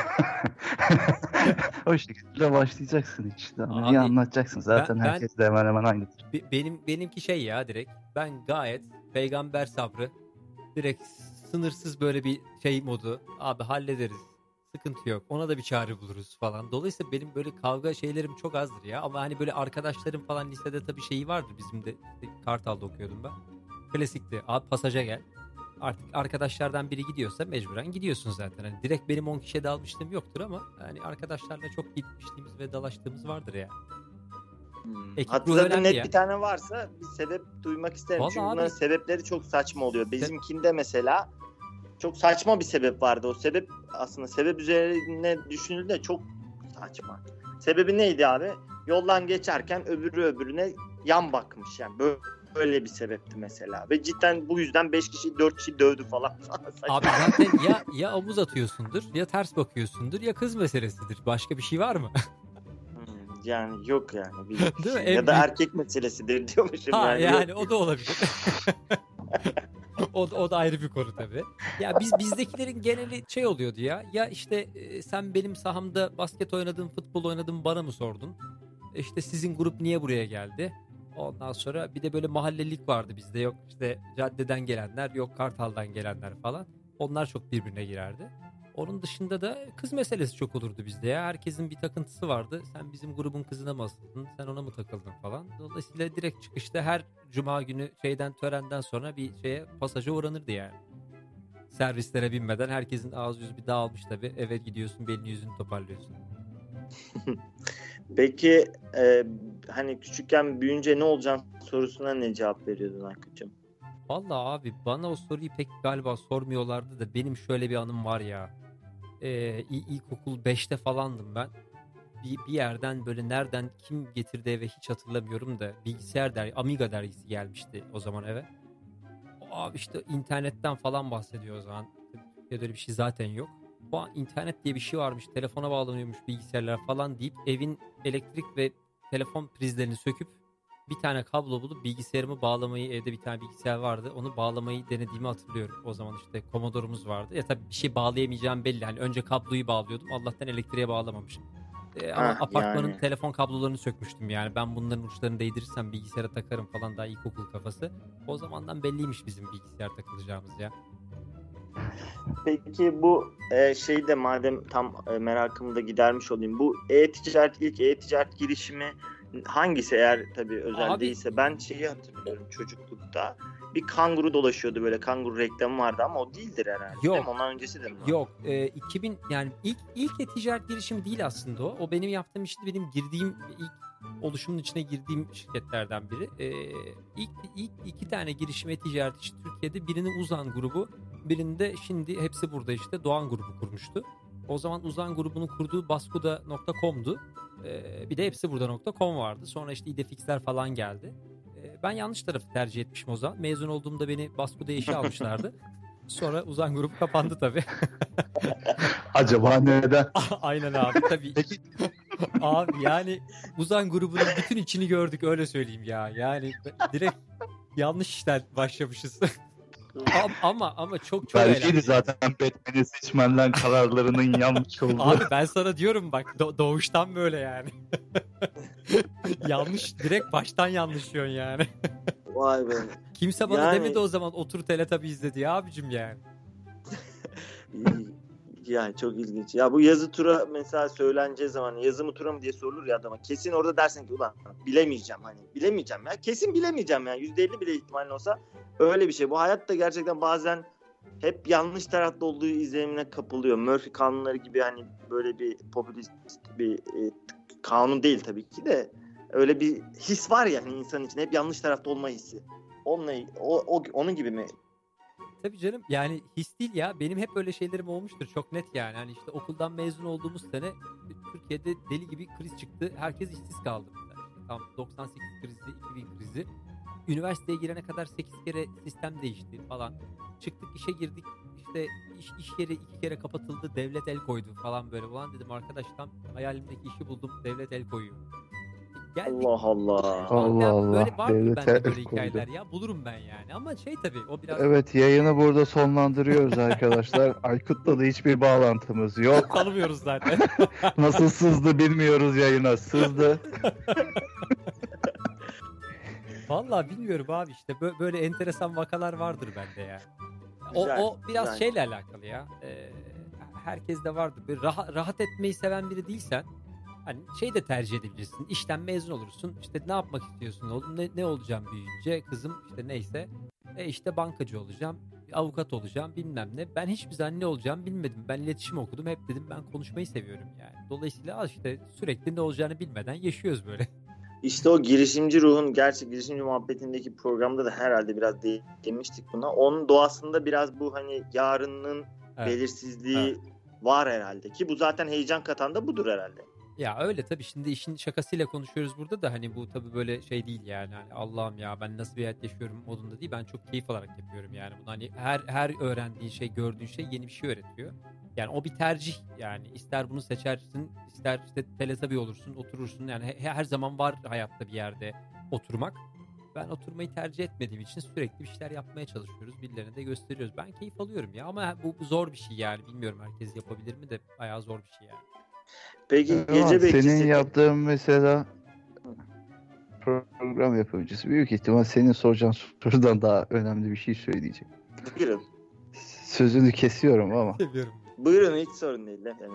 O şekilde başlayacaksın işte. Abi, İyi anlatacaksın. Zaten ben- ben- herkes de hemen hemen aynıdır. Be- benim benimki şey ya direkt. Ben gayet peygamber sabrı. Direkt sınırsız böyle bir şey modu. Abi hallederiz. Sıkıntı yok. Ona da bir çare buluruz falan. Dolayısıyla benim böyle kavga şeylerim çok azdır ya. Ama hani böyle arkadaşlarım falan lisede tabii şeyi vardı. Bizim de işte Kartal'da okuyordum ben. Klasikti. Abi pasaja gel. Artık arkadaşlardan biri gidiyorsa mecburen gidiyorsun zaten. Hani direkt benim on kişiye dalmışlığım yoktur ama hani arkadaşlarla çok gitmişliğimiz ve dalaştığımız vardır ya. Hmm. Ekip ruhu Hatırladığın önemli net ya. bir tane varsa bir sebep duymak isterim. Vallahi Çünkü abi- bunların sebepleri çok saçma oluyor. Bizimkinde mesela çok saçma bir sebep vardı. O sebep aslında sebep üzerine düşünüldüğünde çok saçma. Sebebi neydi abi? Yoldan geçerken öbürü öbürüne yan bakmış yani. Böyle, böyle bir sebepti mesela. Ve cidden bu yüzden beş kişi dört kişi dövdü falan. Saçma. Abi zaten ya ya omuz atıyorsundur ya ters bakıyorsundur ya kız meselesidir. Başka bir şey var mı? Hmm, Yani yok yani. Bir- Değil mi? En ya da büyük- erkek meselesidir diyormuşum. Ha yani. yani Yok. o da olabilir. o, da- o da ayrı bir konu tabii. Ya biz bizdekilerin geneli şey oluyordu ya. Ya işte e, sen benim sahamda basket oynadın, futbol oynadın bana mı sordun? İşte sizin grup niye buraya geldi? Ondan sonra bir de böyle mahallelik vardı bizde. Yok işte caddeden gelenler, yok Kartal'dan gelenler falan. Onlar çok birbirine girerdi. Onun dışında da kız meselesi çok olurdu bizde ya. Herkesin bir takıntısı vardı. Sen bizim grubun kızına mı asıldın? Sen ona mı takıldın falan. Dolayısıyla direkt çıkışta her cuma günü şeyden törenden sonra bir şeye pasaja uğranırdı yani. Servislere binmeden herkesin ağzı yüzü bir dağılmış tabii. Eve gidiyorsun, belini yüzünü toparlıyorsun. Peki e, hani küçükken büyüyünce ne olacaksın sorusuna ne cevap veriyordun Aykut'cum? Vallahi abi bana o soruyu pek galiba sormuyorlardı da benim şöyle bir anım var ya. Ee, il- ilkokul beşte falandım ben. Bir, bir yerden böyle nereden kim getirdi eve hiç hatırlamıyorum da bilgisayar dergi, Amiga dergisi gelmişti o zaman eve. O abi işte internetten falan bahsediyor o zaman. Türkiye'de öyle bir şey zaten yok. Bu an internet diye bir şey varmış. Telefona bağlanıyormuş bilgisayarlar falan deyip evin elektrik ve telefon prizlerini söküp bir tane kablo bulup bilgisayarımı bağlamayı, evde bir tane bilgisayar vardı. Onu bağlamayı denediğimi hatırlıyorum. O zaman işte Commodore'umuz vardı. Ya tabii bir şey bağlayamayacağım belli. Hani önce kabloyu bağlıyordum. Allah'tan elektriğe bağlamamışım. Ee, ama Ha, apartmanın yani. telefon kablolarını sökmüştüm yani. Ben bunların uçlarını değdirirsem bilgisayara takarım falan, daha ilkokul kafası. O zamandan belliymiş bizim bilgisayar takılacağımız ya. Peki bu e, şeyi de madem tam e, merakımı da gidermiş olayım. Bu e-ticaret ilk e-ticaret girişimi hangisi eğer tabii özel Abi- değilse ben şeyi hatırlıyorum çocuklukta. Bir kanguru dolaşıyordu böyle kanguru reklamı vardı ama o değildir herhalde. Yok. Değil mi? Ondan öncesi de mi? var? Yok, e, iki bin yani ilk ilk e-ticaret girişimi değil aslında o. O benim yaptığım işte benim girdiğim ilk oluşumun içine girdiğim şirketlerden biri. E, ilk ilk iki tane girişim e-ticaret işte Türkiye'de, birini Uzan grubu, birinde şimdi hepsi burada işte Doğan grubu kurmuştu. O zaman Uzan grubunun kurduğu baskuda nokta com'du. Ee, bir de hepsi burada nokta com vardı. Sonra işte idefix'ler falan geldi. Ee, ben yanlış tarafı tercih etmişim o zaman. Mezun olduğumda beni Baskuda'ya işe almışlardı. Sonra Uzan grubu kapandı tabii. Acaba neden? Aynen abi tabii. Abi yani Uzan grubunun bütün içini gördük, öyle söyleyeyim ya. Yani direkt yanlış işler başlamışız. ama, ama ama çok çok Belki eğlenceli. zaten Batman'i seçmenden kararlarının yanlış olduğu. Abi ben sana diyorum bak, do- doğuştan böyle yani. Yanlış, direkt baştan yanlışıyorsun yani. Vay be. Kimse bana Yani- demedi o zaman otur Teletubby izle diye abicim yani. Yani çok ilginç. Ya bu yazı tura mesela söyleneceği zaman yazı mı tura mı diye sorulur ya adama. Kesin orada dersin ki ulan bilemeyeceğim hani. Bilemeyeceğim ya. Kesin bilemeyeceğim ya. yüzde elli bile ihtimalin olsa öyle bir şey. Bu hayatta gerçekten bazen hep yanlış tarafta olduğu izlenimine kapılıyor. Murphy kanunları gibi hani böyle bir popülist bir e, kanun değil tabii ki de. Öyle bir his var ya hani insan için. Hep yanlış tarafta olma hissi. Onunla, o, o, onun gibi mi? Tabii canım, yani his değil ya. Benim hep öyle şeylerim olmuştur. Çok net yani. Hani işte okuldan mezun olduğumuz sene Türkiye'de deli gibi kriz çıktı. Herkes işsiz kaldı. Mesela işte tam doksan sekiz krizi, iki bin krizi. Üniversiteye girene kadar sekiz kere sistem değişti falan. Çıktık işe girdik. İşte iş, iş yeri iki kere kapatıldı. Devlet el koydu falan böyle. Ulan dedim arkadaş, tam hayalimdeki işi buldum. Devlet el koyuyor. Geldik. Allah Allah. Allah Ben- Allah, Böyle var mı devlet bende el böyle koydu. hikayeler ya? Bulurum ben yani. Ama şey tabii o biraz Evet, yayını burada sonlandırıyoruz arkadaşlar. Aykut'la da hiçbir bağlantımız yok. tanımıyoruz zaten. Nasıl sızdı bilmiyoruz yayına. Sızdı. Vallahi bilmiyorum abi, işte bö- böyle enteresan vakalar vardır bende ya. O, Güzel, o biraz güzel. şeyle alakalı ya. Ee, herkes de vardır. Bir rahat, rahat etmeyi seven biri değilsen hani şey de tercih edebilirsin. İşten mezun olursun. İşte ne yapmak istiyorsun oğlum? Ne, ne olacağım büyüyünce? Kızım işte neyse. E işte bankacı olacağım. Avukat olacağım bilmem ne. Ben hiçbir zaman ne olacağımı bilmedim. Ben iletişim okudum. Hep dedim ben konuşmayı seviyorum yani. Dolayısıyla al işte sürekli ne olacağını bilmeden yaşıyoruz böyle. İşte o girişimci ruhun, gerçek girişimci muhabbetindeki programda da herhalde biraz değinmiştik buna. Onun doğasında biraz bu hani yarının Evet. belirsizliği Evet. var herhalde. Ki bu zaten heyecan katan da budur herhalde. Ya öyle tabii, şimdi işin şakasıyla konuşuyoruz burada da hani bu tabii böyle şey değil yani. Hani Allah'ım ya ben nasıl bir hayat yaşıyorum modunda değil. Ben çok keyif alarak yapıyorum yani. Bunu hani her her öğrendiğin şey, gördüğün şey yeni bir şey öğretiyor. Yani o bir tercih yani. İster bunu seçersin, ister işte Teletubby olursun, oturursun. Yani he- her zaman var hayatta bir yerde oturmak. Ben oturmayı tercih etmediğim için sürekli bir şeyler yapmaya çalışıyoruz. Birilerine de gösteriyoruz. Ben keyif alıyorum ya, ama bu, bu zor bir şey yani. Bilmiyorum herkes yapabilir mi de bayağı zor bir şey yani. Peki Ama gece bekçisi... senin yaptığın mesela program yapımcısı büyük ihtimal senin soracağın sorudan daha önemli bir şey söyleyecek. Buyurun. Sözünü kesiyorum ama. Seviyorum. Buyurun, hiç sorun değil efendim.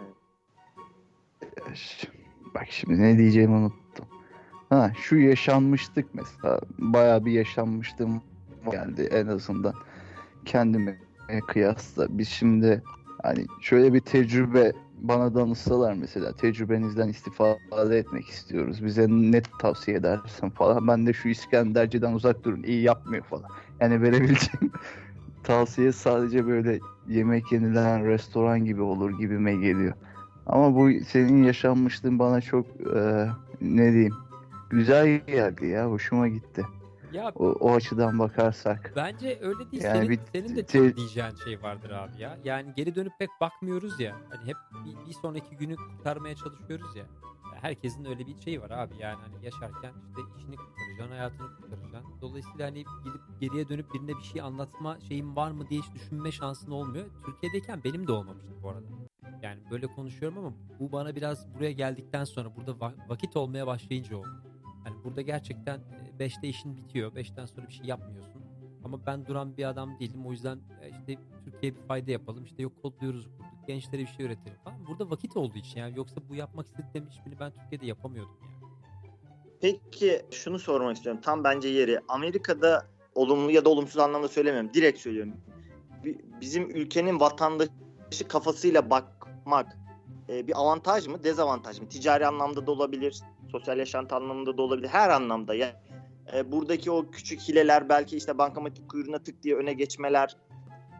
Bak şimdi ne diyeceğimi unuttum. Ha, şu yaşanmıştık mesela. Bayağı bir yaşanmışlığım geldi en azından. Kendime kıyasla. Biz şimdi hani şöyle bir tecrübe bana danışsalar mesela, tecrübenizden istifade etmek istiyoruz, bize ne tavsiye edersin falan. Ben de şu İskenderci'den uzak durun, iyi yapmıyor falan. Yani verebileceğim tavsiye sadece böyle yemek yenilen restoran gibi olur gibime geliyor. Ama bu senin yaşanmışlığın bana çok e, ne diyeyim, güzel geldi ya, hoşuma gitti. Ya O, o açıdan bakarsak. bence öyle değil. Yani senin, bir senin de te- çok diyeceğin şey vardır abi ya. Yani geri dönüp pek bakmıyoruz ya. Hani hep bir, bir sonraki günü kurtarmaya çalışıyoruz ya. Ya herkesin öyle bir şeyi var abi. Yani hani yaşarken işte işini kurtaracaksın, hayatını kurtaracaksın. Dolayısıyla hani gidip geriye dönüp birine bir şey anlatma şeyin var mı diye hiç düşünme şansın olmuyor. Türkiye'deyken benim de olmamıştı bu arada. Yani böyle konuşuyorum ama bu bana biraz buraya geldikten sonra, burada va- vakit olmaya başlayınca oldu. Hani burada gerçekten beşte işin bitiyor. beşten sonra bir şey yapmıyorsun. Ama ben duran bir adam değilim. O yüzden işte Türkiye'ye bir fayda yapalım. İşte yok kodluyoruz, kurduk. Gençlere bir şey öğretelim falan. Burada vakit olduğu için yani. Yoksa bu yapmak istediğim hiçbirini ben Türkiye'de yapamıyordum yani. Peki şunu sormak istiyorum. Tam bence yeri. Amerika'da olumlu ya da olumsuz anlamda söylemiyorum. Direkt söylüyorum. Bizim ülkenin vatandaşı kafasıyla bakmak bir avantaj mı, dezavantaj mı? Ticari anlamda da olabilir, sosyal yaşantı anlamında da olabilir, her anlamda. Yani buradaki o küçük hileler, belki işte bankamatik kuyruğuna tık diye öne geçmeler,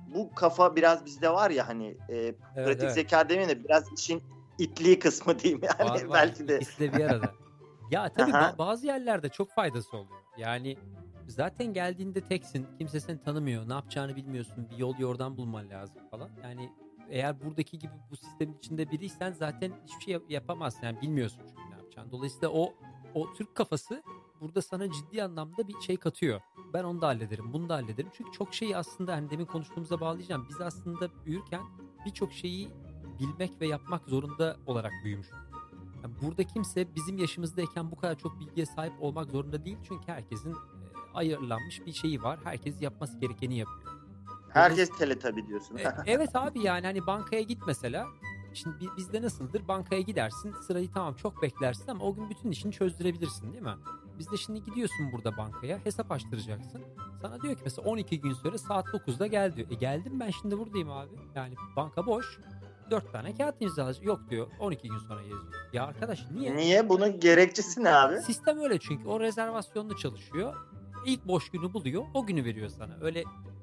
bu kafa biraz bizde var ya hani e, Evet, pratik evet. zeka demeyeyim de biraz işin itliği kısmı diyeyim yani Var, var. belki de. İkisi de bir arada. Ya tabii Aha. ba- bazı yerlerde çok faydası oluyor. Yani zaten geldiğinde teksin. Kimse seni tanımıyor. Ne yapacağını bilmiyorsun. Bir yol yordan bulman lazım falan. Yani eğer buradaki gibi bu sistemin içinde biriysen zaten hiçbir şey yap- yapamazsın. Yani bilmiyorsun çünkü ne yapacağını. Dolayısıyla o o Türk kafası burada sana ciddi anlamda bir şey katıyor. Ben onu da hallederim, bunu da hallederim. Çünkü çok şeyi aslında hani demin konuştuğumuza bağlayacağım. Biz aslında büyürken birçok şeyi bilmek ve yapmak zorunda olarak büyümüşüz. Yani burada kimse bizim yaşımızdayken bu kadar çok bilgiye sahip olmak zorunda değil. Çünkü herkesin e, ayırlanmış bir şeyi var. Herkes yapması gerekeni yapıyor. Herkes teletabi diyorsun. E, evet abi yani hani bankaya git mesela. Şimdi bi- bizde nasıldır? Bankaya gidersin, sırayı tamam çok beklersin ama o gün bütün işini çözdürebilirsin değil mi? Bizde şimdi gidiyorsun burada bankaya, hesap açtıracaksın. Sana diyor ki mesela on iki gün sonra saat dokuzda gel diyor. E geldim ben şimdi buradayım abi. Yani banka boş. dört tane kağıt imzalayacak. Yok diyor on iki gün sonra yazıyor. Ya arkadaş niye? Niye? Bunun gerekçesi ne abi? Sistem öyle çünkü o rezervasyonlu çalışıyor. İlk boş günü buluyor, o günü veriyor sana. Öyle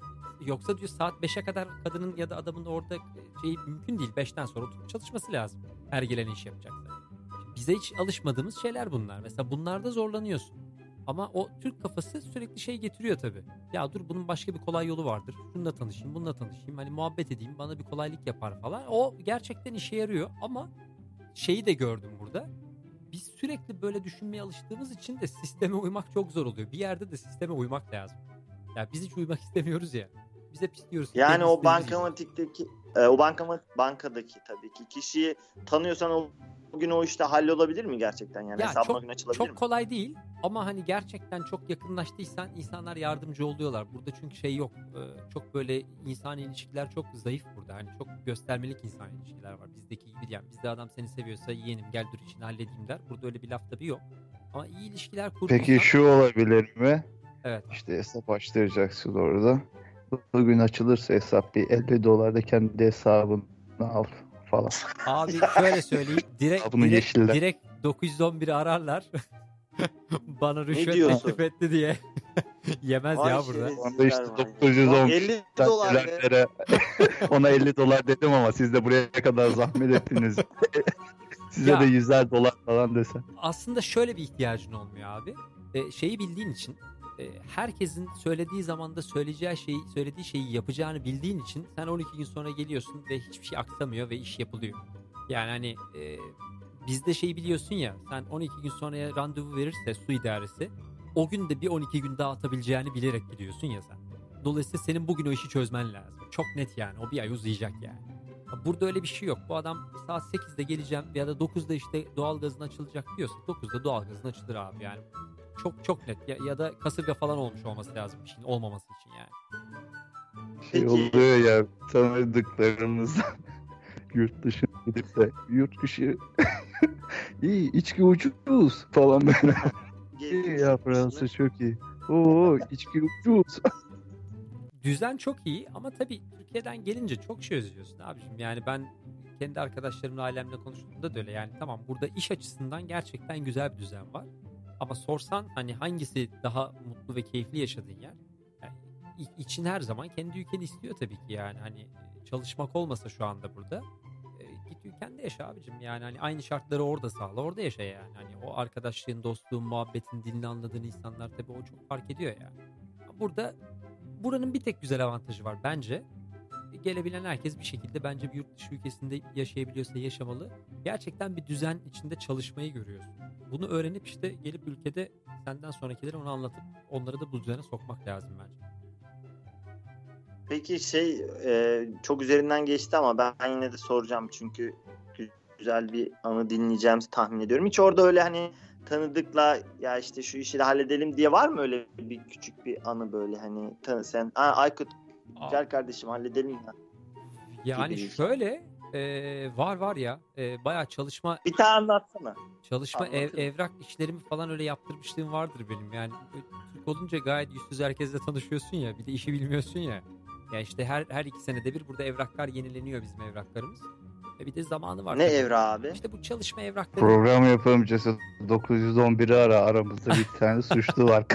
yoksa diyor saat beşe kadar kadının ya da adamın orada şey mümkün değil. beşten sonra oturup çalışması lazım. Her gelen iş yapacaksa. Şimdi bize hiç alışmadığımız şeyler bunlar. Mesela bunlarda zorlanıyorsun. Ama o Türk kafası sürekli şey getiriyor tabii. Ya dur bunun başka bir kolay yolu vardır. Şununla tanışayım, bununla tanışayım. Hani muhabbet edeyim, bana bir kolaylık yapar falan. O gerçekten işe yarıyor ama şeyi de gördüm burada. Biz sürekli böyle düşünmeye alıştığımız için de sisteme uymak çok zor oluyor. Bir yerde de sisteme uymak lazım. Ya biz hiç uymak istemiyoruz ya. Biz hep istiyoruz. ki Yani kendi o istediğimiz gibi. bankamatikteki e, o bankamatik bankadaki tabii ki kişiyi tanıyorsan o gün o işte hallolabilir mi gerçekten yani Ya hesabına çok, gün açılabilir çok mi? kolay değil ama hani gerçekten çok yakınlaştıysan insanlar yardımcı oluyorlar. Burada çünkü şey yok. Ee, Çok böyle insan ilişkiler çok zayıf burada. Hani çok göstermelik insan ilişkiler var. Bizdeki gibi yani bizde adam seni seviyorsa yeğenim gel dur işini halledeyim der. Burada öyle bir laf tabii yok. Ama iyi ilişkiler kurduysan. Peki şu olabilir mi? Evet. İşte hesap açtıracaksın orada. Bugün açılırsa hesap bir elli dolar da kendi hesabına al falan. Abi şöyle söyleyeyim. Direkt, Abunu direkt, yeşiller. direkt dokuz yüz on biri ararlar. Bana rüşvet diyorsun? teklif etti diye. Yemez Vay ya burada. şerefsizler Onda işte var ya. dokuz yüz on elli dolar be. dolar ona elli dolar dedim ama siz de buraya kadar zahmet ettiniz. Size Ya. de yüzer dolar falan desem. Aslında şöyle bir ihtiyacın olmuyor abi. Ee, şeyi bildiğin için e, herkesin söylediği zamanda söyleyeceği şeyi söylediği şeyi yapacağını bildiğin için sen on iki gün sonra geliyorsun ve hiçbir şey aksamıyor ve iş yapılıyor. Yani hani e, bizde şeyi biliyorsun ya sen on iki gün sonraya randevu verirse su idaresi o gün de bir on iki gün daha atabileceğini bilerek gidiyorsun ya sen. Dolayısıyla senin bugün o işi çözmen lazım. Çok net yani o bir ay uzayacak yani. Burada öyle bir şey yok. Bu adam saat sekizde geleceğim ya da dokuzda işte doğalgazın açılacak diyorsa dokuzda doğalgazın açılır abi yani. Çok çok net ya, ya da kasırga falan olmuş olması lazım bir şeyin olmaması için yani. Şey Peki. oluyor ya tanıdıklarımız yurt dışına gidip de yurt dışı iyi içki ucuz falan böyle. İyi ya Fransa çok iyi. Oo içki ucuz. Düzen çok iyi ama tabii Türkiye'den gelince çok şey özlüyorsun abiciğim. Yani ben kendi arkadaşlarımla ailemle konuştuğumda da öyle yani tamam burada iş açısından gerçekten güzel bir düzen var. Ama sorsan hani hangisi daha mutlu ve keyifli yaşadığın yer? Yani i- için her zaman kendi ülkeni istiyor tabii ki yani hani çalışmak olmasa şu anda burada e, git ülkende yaşa abicim yani hani aynı şartları orada sağla orada yaşa yani hani o arkadaşlığın dostluğun muhabbetin dilini anladığın insanlar tabii o çok fark ediyor yani. Burada buranın bir tek güzel avantajı var bence. Gelebilen herkes bir şekilde bence bir yurt dışı ülkesinde yaşayabiliyorsa yaşamalı. Gerçekten bir düzen içinde çalışmayı görüyorsun. Bunu öğrenip işte gelip ülkede senden sonrakilere onu anlatıp onları da bu düzene sokmak lazım bence. Peki şey e, çok üzerinden geçti ama ben yine de soracağım çünkü gü- güzel bir anı dinleyeceğimizi tahmin ediyorum. Hiç orada öyle hani tanıdıkla ya işte şu işi de halledelim diye var mı öyle bir küçük bir anı böyle hani tanı sen Aa, Aykut güzel kardeşim halledelim ya. Yani Gibi. şöyle e, var var ya e, bayağı çalışma Bir tane anlatsana. çalışma ev, Anlatırım. evrak işlerimi falan öyle yaptırmışlığım vardır benim. Yani Türk olunca gayet yüzsüz herkesle tanışıyorsun ya bir de işi bilmiyorsun ya. Ya işte her her iki senede bir burada evraklar yenileniyor bizim evraklarımız. E bir de zamanı var. Ne tabii. evrağı abi? İşte bu çalışma evrakları. Program yapımcısı dokuz yüz on biri ara, aramızda bir tane suçlu var.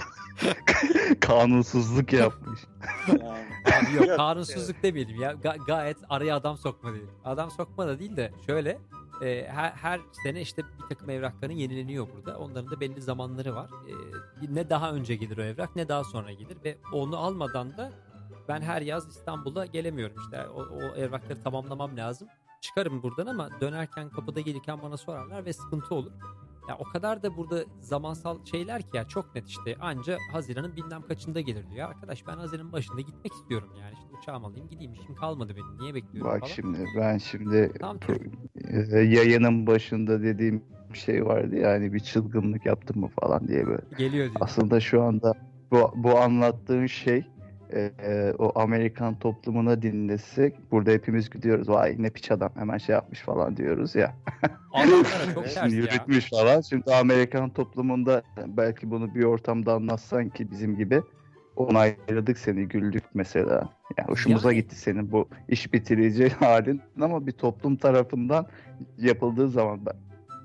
Kanunsuzluk yapmış. Yani. Abi yok, kanunsuzluk demeyelim ya. Ga- gayet araya adam sokma değil. Adam sokma da değil de şöyle e, her, her sene işte bir takım evrakların yenileniyor burada. Onların da belli zamanları var. E, ne daha önce gelir o evrak ne daha sonra gelir ve onu almadan da ben her yaz İstanbul'a gelemiyorum. İşte o, o evrakları tamamlamam lazım. Çıkarım buradan ama dönerken kapıda gelirken bana sorarlar ve sıkıntı olur. Ya o kadar da burada zamansal şeyler ki ya, çok net işte anca Haziran'ın bilmem kaçında gelir diyor. Arkadaş ben Haziran'ın başında gitmek istiyorum yani, işte uçağımı alayım gideyim, işim kalmadı benim, niye bekliyorum Bak falan. şimdi ben şimdi Tam pro- e, yayının başında dediğim şey vardı ya, hani bir çılgınlık yaptım mı falan diye böyle. Geliyor diyor. Aslında şu anda bu, bu anlattığın şey e, e, o Amerikan toplumuna dinlesek burada hepimiz gidiyoruz. Vay ne piç adam hemen şey yapmış falan diyoruz ya. Adamlara çok ters Şimdi ya. yürütmüş falan. Şimdi Amerikan toplumunda belki bunu bir ortamda anlatsan ki bizim gibi, onayladık seni, güldük mesela. Yani hoşumuza Yani- gitti senin bu iş bitirici halin, ama bir toplum tarafından yapıldığı zaman ben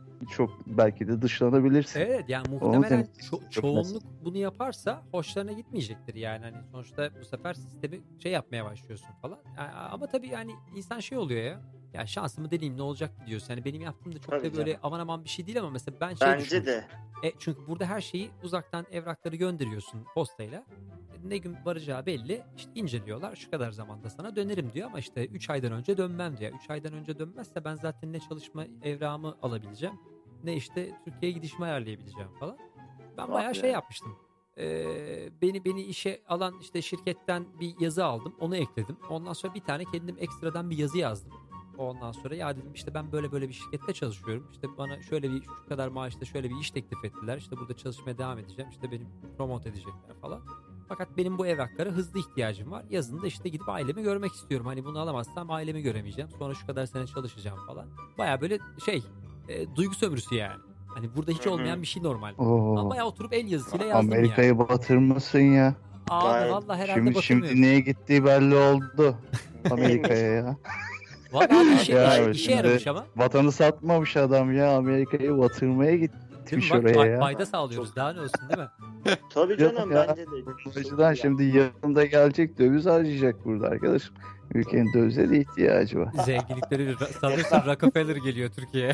çok belki de dışlanabilirsin. Evet yani Onun muhtemelen için- ço- çoğunluk bunu yaparsa hoşlarına gitmeyecektir yani. Hani sonuçta bu sefer sistemi şey yapmaya başlıyorsun falan. A- Ama tabii yani insan şey oluyor ya. Ya şansımı deneyeyim ne olacak ki diyorsun. Hani benim yaptığım da çok Tabii da böyle canım. aman aman bir şey değil ama mesela ben şey Bence düşünmüştüm. de. E, çünkü burada her şeyi uzaktan evrakları gönderiyorsun postayla. Ne gün varacağı belli. İşte inceliyorlar. Şu kadar zamanda sana dönerim diyor ama işte üç aydan önce dönmem diyor. üç aydan önce dönmezse ben zaten ne çalışma evrağımı alabileceğim, ne işte Türkiye'ye gidişimi ayarlayabileceğim falan. Ben bayağı Vay şey be. yapmıştım. Ee, beni beni işe alan işte şirketten bir yazı aldım. Onu ekledim. Ondan sonra bir tane kendim ekstradan bir yazı yazdım. Ondan sonra ya dedim işte ben böyle böyle bir şirkette çalışıyorum. İşte bana şöyle bir şu kadar maaşta şöyle bir iş teklif ettiler. İşte burada çalışmaya devam edeceğim. İşte beni promote edecekler falan. Fakat benim bu evraklara hızlı ihtiyacım var. Yazında işte gidip ailemi görmek istiyorum. Hani bunu alamazsam ailemi göremeyeceğim. Sonra şu kadar sene çalışacağım falan. Baya böyle şey e, duygu sömürüsü yani. Hani burada hiç Hı hı. olmayan bir şey normal. Oo, Ama bayağı oturup el yazısıyla yazdım Amerika'yı yani. batırmışsın ya. Abi Gayet- valla herhalde Şimdi batırmıyorum. şimdi neye gittiği belli oldu Amerika'ya ya. Valla abi işe, Ya, işe, işe şimdi- yaramış ama. Vatanı satmamış adam ya, Amerika'yı batırmaya Değil mi? gitmiş Bak, oraya fay- ya. fayda sağlıyoruz. Daha ne olsun değil mi? Tabii Yok canım ya. bence de. Bu açıdan şimdi yanında gelecek, döviz harcayacak burada arkadaşım. Ülkenin dövize de ihtiyacı var. Zenginlikleri sanırsın Rockefeller geliyor Türkiye'ye.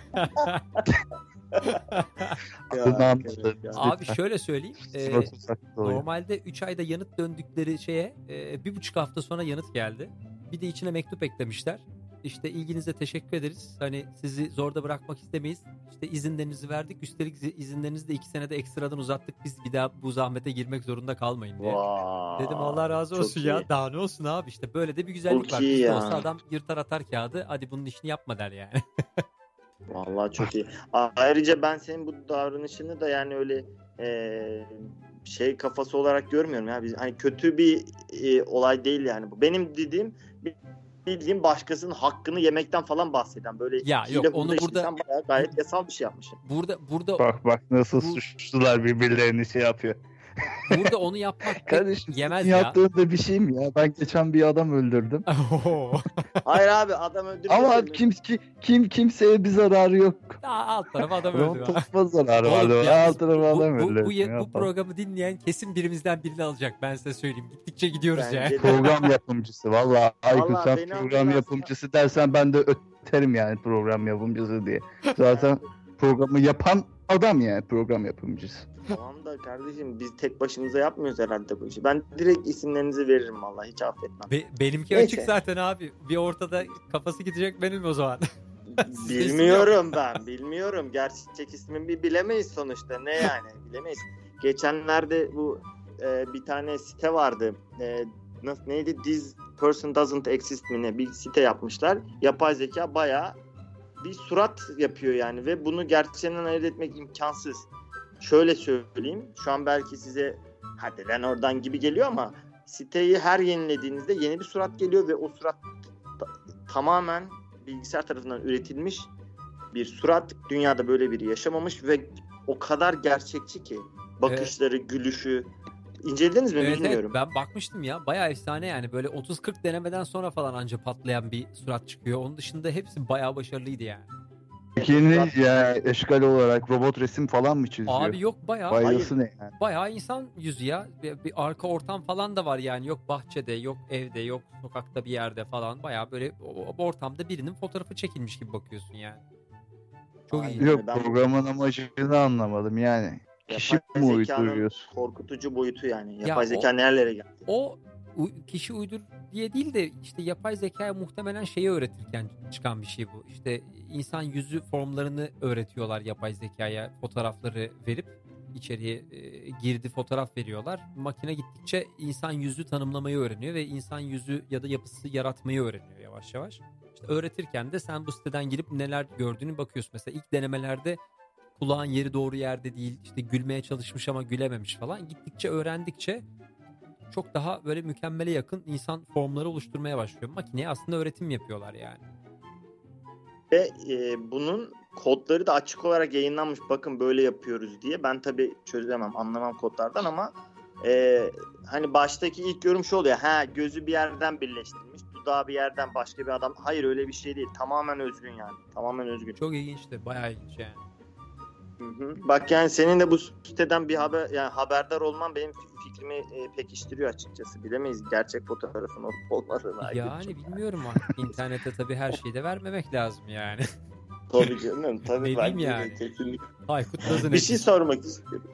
Adını anladım. Abi şöyle söyleyeyim. e, Sırası saklı oluyor. Normalde üç ayda yanıt döndükleri şeye e, bir buçuk hafta sonra yanıt geldi. Bir de içine mektup eklemişler. İşte ilginize teşekkür ederiz. Hani sizi zorda bırakmak istemeyiz. İşte izinlerinizi verdik. Üstelik zi- izinlerinizi de iki senede ekstradan uzattık. Biz bir daha bu zahmete girmek zorunda kalmayın diye. Vay, Dedim Allah razı çok olsun ya. iyi. Daha ne olsun abi, işte böyle de bir güzellik Çok var. iyi Bizde ya. olsa adam yırtar atar kağıdı. Hadi bunun işini yapma der yani. Vallahi çok iyi. A- Ayrıca ben senin bu davranışını da yani öyle e, şey kafası olarak görmüyorum ya. Biz hani kötü bir e, olay değil yani bu. Benim dediğim bildiğim başkasının hakkını yemekten falan bahseden böyle Ya hile yok, hurda onu işte burada- sen bayağı gayet yasal bir şey yapmışsın. Burada burada Bak bak nasıl Bu- suçlular birbirlerini şey yapıyor. burada onu yapmak pek Kardeşim yemez senin ya. yaptığın da bir şey mi ya? Ben geçen bir adam öldürdüm. Hayır abi adam öldürmüyor. Ama kim, ki- kim kimseye bir zararı yok. Aa, alt tarafı adam Adamın öldü. ha. topla zararı Oğlum, var. yalnız Alt tarafı bu, adam bu, bu, öldürdüm. bu, Ne bu yapalım? programı dinleyen kesin birimizden birini alacak, ben size söyleyeyim. Gittikçe gidiyoruz Bence yani. de. Program yapımcısı. Valla Aykut Vallahi sen beni program alırlarsa- yapımcısı dersen ben de öterim yani program yapımcısı diye. Zaten programı yapan adam yani program yapımcısı. Tamam da kardeşim biz tek başımıza yapmıyoruz herhalde bu işi. Ben direkt isimlerinizi veririm vallahi hiç affetmem. Be- benimki Neyse. açık zaten abi. Bir ortada kafası gidecek benim o zaman. Sizde isim Bilmiyorum ben, bilmiyorum. Gerçek ismimi bir bilemeyiz sonuçta. Ne yani? Bilemeyiz. Geçenlerde bu e, bir tane site vardı. E, nasıl neydi? This person doesn't exist mi ne? Bir site yapmışlar. Yapay zeka bayağı bir surat yapıyor yani ve bunu gerçeğinden ayırt etmek imkansız. Şöyle söyleyeyim. Şu an belki size hadi lan oradan gibi geliyor ama siteyi her yenilediğinizde yeni bir surat geliyor ve o surat ta- tamamen bilgisayar tarafından üretilmiş bir surat. Dünyada böyle biri yaşamamış ve o kadar gerçekçi ki bakışları, gülüşü, İncelediniz mi Evet, bilmiyorum. evet, ben bakmıştım ya. Bayağı efsane yani. Böyle otuz kırk denemeden sonra falan anca patlayan bir surat çıkıyor. Onun dışında hepsi bayağı başarılıydı yani. Peki ne ya eşkal olarak robot resim falan mı çiziyor? Abi yok bayağı. Faydası ne yani? Bayağı insan yüzü ya. Bir, bir arka ortam falan da var yani. Yok bahçede, yok evde, yok sokakta bir yerde falan. Bayağı böyle o, o ortamda birinin fotoğrafı çekilmiş gibi bakıyorsun yani. Çok Aynen. iyi. Yok Ben- programın amacını anlamadım yani. Kişi Yapay mi zekanın uyduruyorsun? korkutucu boyutu yani. Ya Yapay o- zeka nerelere geldi? O u- kişi uydur diye değil de işte yapay zekaya muhtemelen şeyi öğretirken çıkan bir şey bu. İşte insan yüzü formlarını öğretiyorlar yapay zekaya, fotoğrafları verip içeriye e, girdi fotoğraf veriyorlar. Makine gittikçe insan yüzü tanımlamayı öğreniyor ve insan yüzü ya da yapısı yaratmayı öğreniyor yavaş yavaş. İşte öğretirken de sen bu siteden girip neler gördüğünü bakıyorsun. Mesela ilk denemelerde kulağın yeri doğru yerde değil, işte gülmeye çalışmış ama gülememiş falan. Gittikçe öğrendikçe çok daha böyle mükemmele yakın insan formları oluşturmaya başlıyor. Makineye aslında öğretim yapıyorlar yani. Ve e, bunun kodları da açık olarak yayınlanmış. Bakın böyle yapıyoruz diye. Ben tabii çözemem, anlamam kodlardan ama e, hani baştaki ilk yorum şu oluyor. Ha, gözü bir yerden birleştirilmiş, dudağı bir yerden başka bir adam. Hayır, öyle bir şey değil. Tamamen özgün yani. Tamamen özgün. Çok ilginçti, bayağı ilginç yani. Hı hı. Bak yani senin de bu siteden bir haber, yani haberdar olman benim fikrimi e, pekiştiriyor açıkçası. Bilemeyiz gerçek fotoğrafın olup olmadığını. Yani bilmiyorum artık. İnternete tabii her şeyi de vermemek lazım yani. Tabii canım. Tabii Ne diyeyim bence de yani? kesinlikle. Aykut Naz'ın Bir şey etkisi. sormak istiyorum.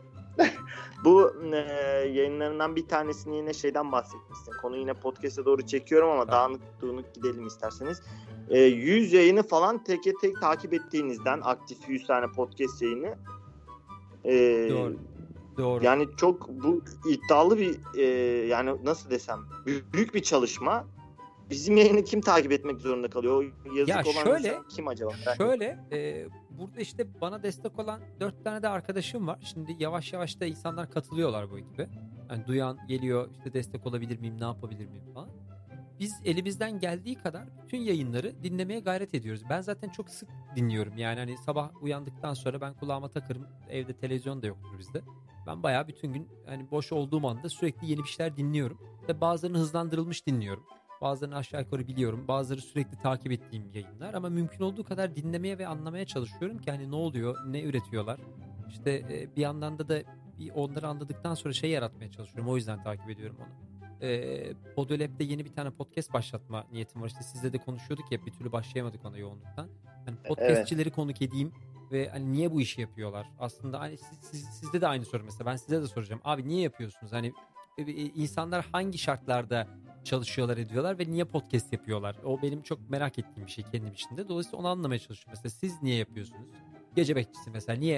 Bu e, yayınlarından bir tanesini yine şeyden bahsetmişsin. Konu yine podcast'e doğru çekiyorum ama Tamam. dağınık dağınık gidelim isterseniz. E, yüz yayını falan teke tek takip ettiğinizden, aktif yüz tane podcast yayını. E, Doğru. Doğru. Yani çok bu iddialı bir e, yani nasıl desem büyük bir çalışma. Bizim yayını kim takip etmek zorunda kalıyor? O yazık Ya olan şöyle- insan kim acaba? Ben- Şöyle e, burada işte bana destek olan dört tane de arkadaşım var. Şimdi yavaş yavaş da insanlar katılıyorlar bu ekibe. Yani duyan geliyor, işte destek olabilir miyim, ne yapabilir miyim falan. Biz elimizden geldiği kadar bütün yayınları dinlemeye gayret ediyoruz. Ben zaten çok sık dinliyorum. Yani hani sabah uyandıktan sonra ben kulağıma takarım. Evde televizyon da yoktur bizde. Ben bayağı bütün gün hani boş olduğum anda sürekli yeni bir şeyler dinliyorum. Ve bazılarını hızlandırılmış dinliyorum. Bazılarını aşağı yukarı biliyorum. Bazıları sürekli takip ettiğim yayınlar. Ama mümkün olduğu kadar dinlemeye ve anlamaya çalışıyorum ki hani ne oluyor, ne üretiyorlar. İşte e, bir yandan da da bir onları anladıktan sonra şey yaratmaya çalışıyorum. O yüzden takip ediyorum onu. E, Podolab'de yeni bir tane podcast başlatma niyetim var. İşte sizle de konuşuyorduk ya, bir türlü başlayamadık ona yoğunluktan. Hani podcastçileri konuk edeyim ve hani niye bu işi yapıyorlar? Aslında hani siz, siz, sizde de aynı soru mesela. Ben size de soracağım. Abi niye yapıyorsunuz? Hani e, e, insanlar hangi şartlarda çalışıyorlar, ediyorlar ve niye podcast yapıyorlar? O benim çok merak ettiğim bir şey kendim içinde. Dolayısıyla onu anlamaya çalışıyorum. Mesela siz niye yapıyorsunuz? Gece bekçisi mesela niye?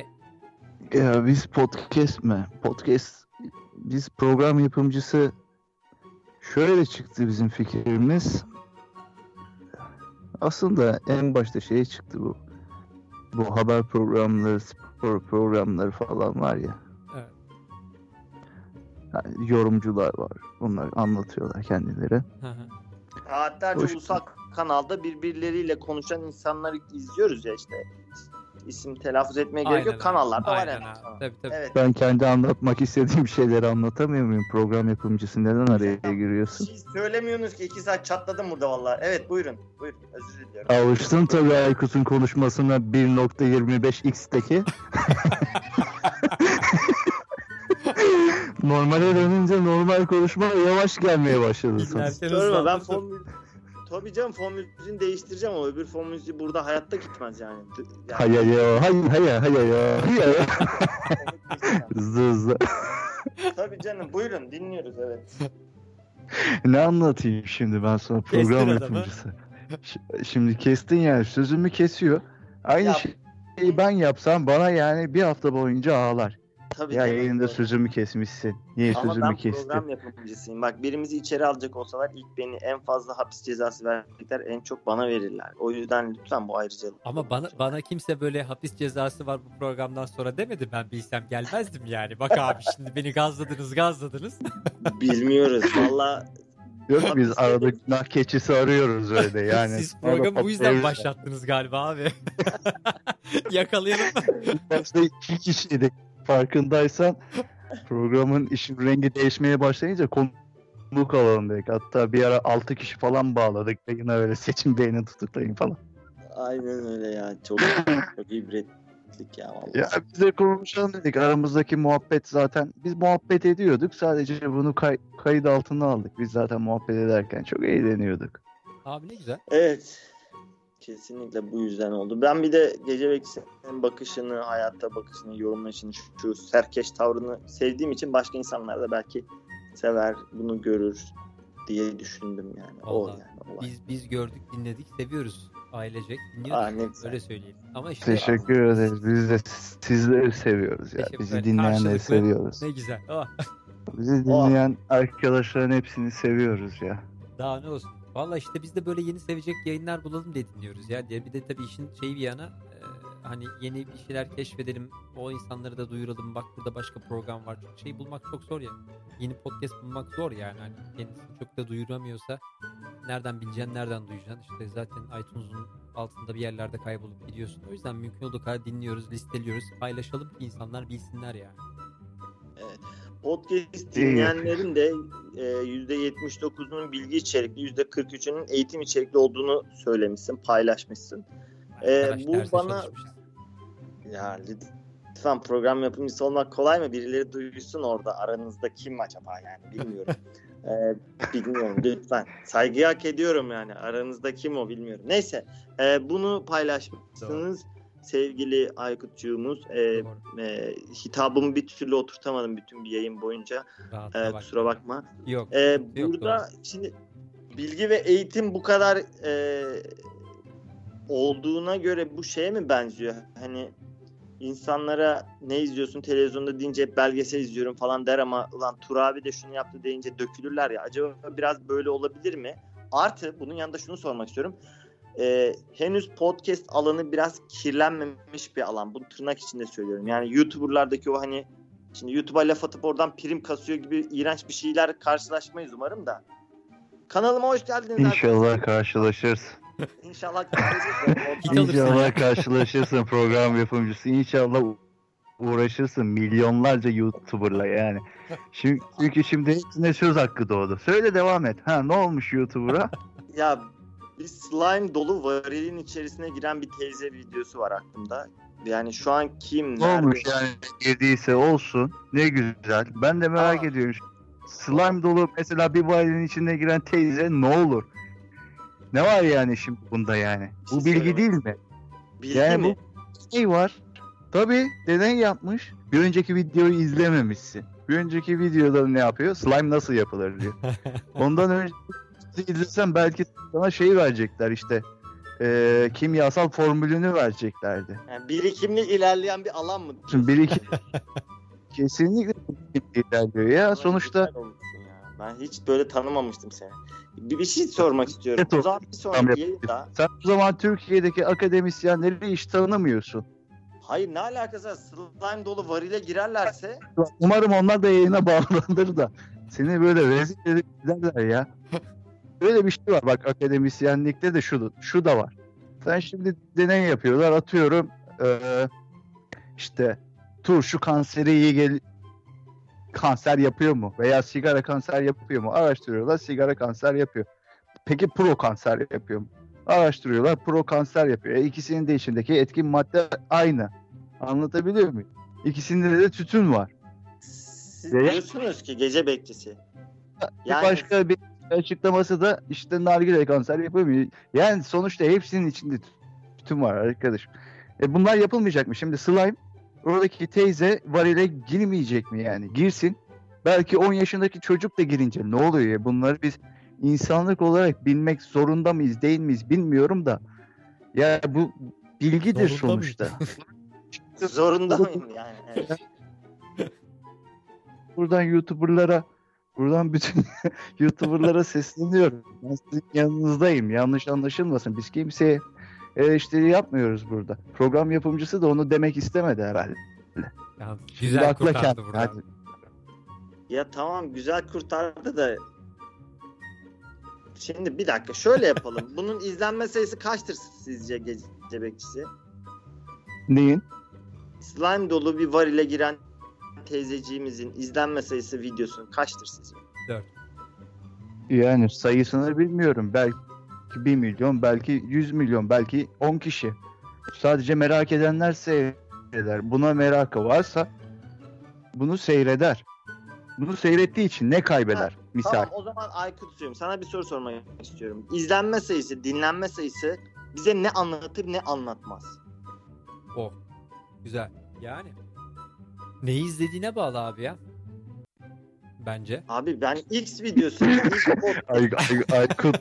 Ya biz podcast mi? Podcast biz program yapımcısı şöyle çıktı bizim fikrimiz. Aslında en başta şey çıktı bu. Bu haber programları, spor programları falan var ya. Evet. Yani yorumcular var. Bunlar anlatıyorlar kendileri. Hı hı. Saatlerce Hoş- ulusal kanalda birbirleriyle konuşan insanları izliyoruz ya işte. İsim telaffuz etmeye gerek Aynen yok. abi. Kanallarda var Aynen yani. abi. Tabii tabii. Evet. Ben kendi anlatmak istediğim şeyleri anlatamıyor muyum? Program yapımcısı neden araya giriyorsun? Siz söylemiyorsunuz ki iki saat çatladım burada vallahi. Evet buyurun. Buyurun. Özür diliyorum. Alıştın tabii Aykut'un konuşmasına bir nokta yirmi beş x'teki. Normale dönünce normal konuşma yavaş gelmeye başladı sana. Dinlerken Sorma ben hızlandırdım. fon müziği... Tabii canım fon müziğini değiştireceğim ama öbür fon müziği burada hayatta gitmez yani. yani... Hayır ya, hayır hayır hayır ya, hayır. Hızlı hızlı. Tabii canım buyurun dinliyoruz evet. Ne anlatayım şimdi ben sana program Kestin adamı. yapımcısı. Ş- Şimdi kestin yani sözümü kesiyor. Aynı Ya- şeyi ben yapsam bana yani bir hafta boyunca ağlar. Tabii Ya canım, yayında doğru. sözümü kesmişsin. Niye Ama sözümü ben kestin? program yapımcısıyım. Bak birimizi içeri alacak olsalar ilk beni en fazla hapis cezası verecekler. En çok bana verirler. O yüzden lütfen bu ayrıcalık. Ama bana bana kimse böyle hapis cezası var bu programdan sonra demedi. Ben bilsem gelmezdim yani. Bak abi şimdi beni gazladınız gazladınız. Bilmiyoruz. Valla Yok biz Hapiste arada de- günah keçisi arıyoruz öyle yani. Siz programı bu yüzden Arada başlattınız galiba abi. Yakalayalım mı? başta iki kişiydik farkındaysan. Programın işin rengi değişmeye başlayınca konuk alalım dedik. Hatta bir ara altı kişi falan bağladık. Yine öyle seçim beğeni tutuklayın falan. Aynen öyle ya. Çok, çok ibretlik ya vallahi. Ya biz de konuşalım dedik. Aramızdaki muhabbet zaten. Biz muhabbet ediyorduk. Sadece bunu kay- kayıt altına aldık. Biz zaten muhabbet ederken çok eğleniyorduk. Abi ne güzel. Evet. Kesinlikle bu yüzden oldu. Ben bir de Gece Bekçisi'nin bakışını, hayatta bakışını, yorumlayışını, şu, şu serkeş tavrını sevdiğim için başka insanlar da belki sever, bunu görür diye düşündüm yani. O Vallahi yani olay. Biz biz gördük, dinledik, seviyoruz. Ailecek dinliyoruz. Aa, ne güzel. Öyle söyleyelim. Ama işte Teşekkür ederiz. Biz de sizleri seviyoruz ya. Teşekkür Bizi ederim. dinleyenleri Karşılıklı. seviyoruz. ne güzel. Ah, Bizi dinleyen arkadaşların hepsini seviyoruz ya. daha ne olsun. Valla işte biz de böyle yeni sevecek yayınlar bulalım diye dinliyoruz ya. Diye bir de tabii işin şeyi bir yana e, hani yeni bir şeyler keşfedelim. O insanları da duyuralım. Bak burada başka program var. Çok şey bulmak çok zor ya. Yeni podcast bulmak zor yani. Hani kendisini çok da duyuramıyorsa nereden bileceksin, nereden duyacaksın? İşte zaten iTunes'un altında bir yerlerde kaybolup gidiyorsun. O yüzden mümkün olduğu kadar dinliyoruz, listeliyoruz. Paylaşalım ki insanlar bilsinler yani. Evet. Podcast dinleyenlerin de e, yüzde yetmiş dokuzunun bilgi içerikli, yüzde kırk üçünün eğitim içerikli olduğunu söylemişsin, paylaşmışsın. Arkadaş bu derse bana- çalışmışız. Ya lütfen program yapımcısı olmak kolay mı? Birileri duysun orada. Aranızda kim acaba yani bilmiyorum. ee, bilmiyorum lütfen. Saygıyı hak ediyorum yani. Aranızda kim o bilmiyorum. Neyse e, bunu paylaşmışsınız. Sevgili Aykutcuğumuz e, Doğru. e, hitabımı bir türlü oturtamadım bütün bir yayın boyunca. Rahatına E, bak. kusura bakma. Yok. E, sıkıntı yok, burada doğru. şimdi bilgi ve eğitim bu kadar e, olduğuna göre bu şeye mi benziyor? Hani insanlara ne izliyorsun televizyonda deyince hep belgesel izliyorum falan der ama ulan Tur abi de şunu yaptı deyince dökülürler ya. Acaba biraz böyle olabilir mi? Artı bunun yanında şunu sormak istiyorum. Ee, henüz podcast alanı biraz kirlenmemiş bir alan. Bunu tırnak içinde söylüyorum. Yani YouTuber'lardaki o hani şimdi YouTube'a laf atıp oradan prim kasıyor gibi iğrenç bir şeyler karşılaşmayız umarım da. Kanalıma hoş geldiniz. İnşallah karşılaşırız. İnşallah karşılaşırız. Hit alırsın ya. İnşallah karşılaşırsın program yapımcısı. İnşallah uğraşırsın milyonlarca YouTuber'la yani. Şimdi, çünkü şimdi hepsine söz hakkı doğdu. Söyle devam et. Ha ne olmuş YouTuber'a? Ya bir slime dolu varilin içerisine giren bir teyze videosu var aklımda. Yani şu an kim, Ne nerede? olmuş yani girdiyse olsun. Ne güzel. Ben de merak Aa. ediyorum. Slime dolu mesela bir varilin içine giren teyze ne olur? Ne var yani şimdi bunda yani? Bir şey Bu bilgi söylemek değil mi? Bilgi Yani mi? bu şey var. Tabii deney yapmış. Bir önceki videoyu izlememişsin. Bir önceki videoda ne yapıyor? Slime nasıl yapılır diyor. Ondan önce izlesen belki sana şey verecekler işte. Eee kimyasal formülünü vereceklerdi. Yani birikimli ilerleyen bir alan mı? Şimdi bir iki kesinlikle ilerliyor ya. Sonuçta Güzel olmuşsun ya. Ben hiç böyle tanımamıştım seni. Bir, bir şey sormak istiyorum. Evet, O zaman bir sonraki yayında... sen o zaman Türkiye'deki akademisyenleri hiç tanımıyorsun. Hayır ne alakası var? Slime dolu varile girerlerse... Umarım onlar da yayına bağlanır da seni böyle rezil edip giderler ya. Böyle bir şey var bak akademisyenlikte de şu, şu da var. Sen şimdi deney yapıyorlar atıyorum eee, işte turşu kanseri iyi gel kanser yapıyor mu? Veya sigara kanser yapıyor mu? Araştırıyorlar sigara kanser yapıyor. Peki pro kanser yapıyor mu? Araştırıyorlar pro kanser yapıyor. E, ikisinin de içindeki etkin madde aynı. Anlatabiliyor muyum? İkisinde de tütün var. Siz Ve- diyorsunuz ki gece bekçisi. Bir başka bir açıklaması da işte nargile kanser yapıyor. Yani sonuçta hepsinin içinde tütün var arkadaşım. E bunlar yapılmayacak mı? Şimdi slime oradaki teyze varile girmeyecek mi yani? Girsin. Belki on yaşındaki çocuk da girince ne oluyor ya? Bunları biz insanlık olarak bilmek zorunda mıyız değil miyiz bilmiyorum da. Ya bu bilgidir Zorunda sonuçta. Zorunda mıyım yani? Evet. Buradan YouTuber'lara buradan bütün YouTuber'lara sesleniyorum. Ben sizin yanınızdayım. Yanlış anlaşılmasın. Biz kimseye eleştiri yapmıyoruz burada. Program yapımcısı da onu demek istemedi herhalde. Yani Şimdi güzel akla kurtardı kendi- burada. Hadi. Ya tamam güzel kurtardı da şimdi bir dakika şöyle yapalım. Bunun izlenme sayısı kaçtır sizce gece bekçisi? Neyin? Slime dolu bir varile giren teyzeciğimizin izlenme sayısı videosunun kaçtır sizce? dört. Yani sayısını bilmiyorum. Belki bir milyon, belki yüz milyon, belki on kişi. Sadece merak edenler seyreder. Buna merakı varsa bunu seyreder. Bunu seyrettiği için ne kaybeder? Ha, Misal. Tamam, o zaman Aykut'cum sana bir soru sormak istiyorum. İzlenme sayısı, dinlenme sayısı bize ne anlatır ne anlatmaz? Oh. Güzel. Yani neyi izlediğine bağlı abi ya. Bence. Abi ben X videosu, ilk o- Ay, ay, Aykut.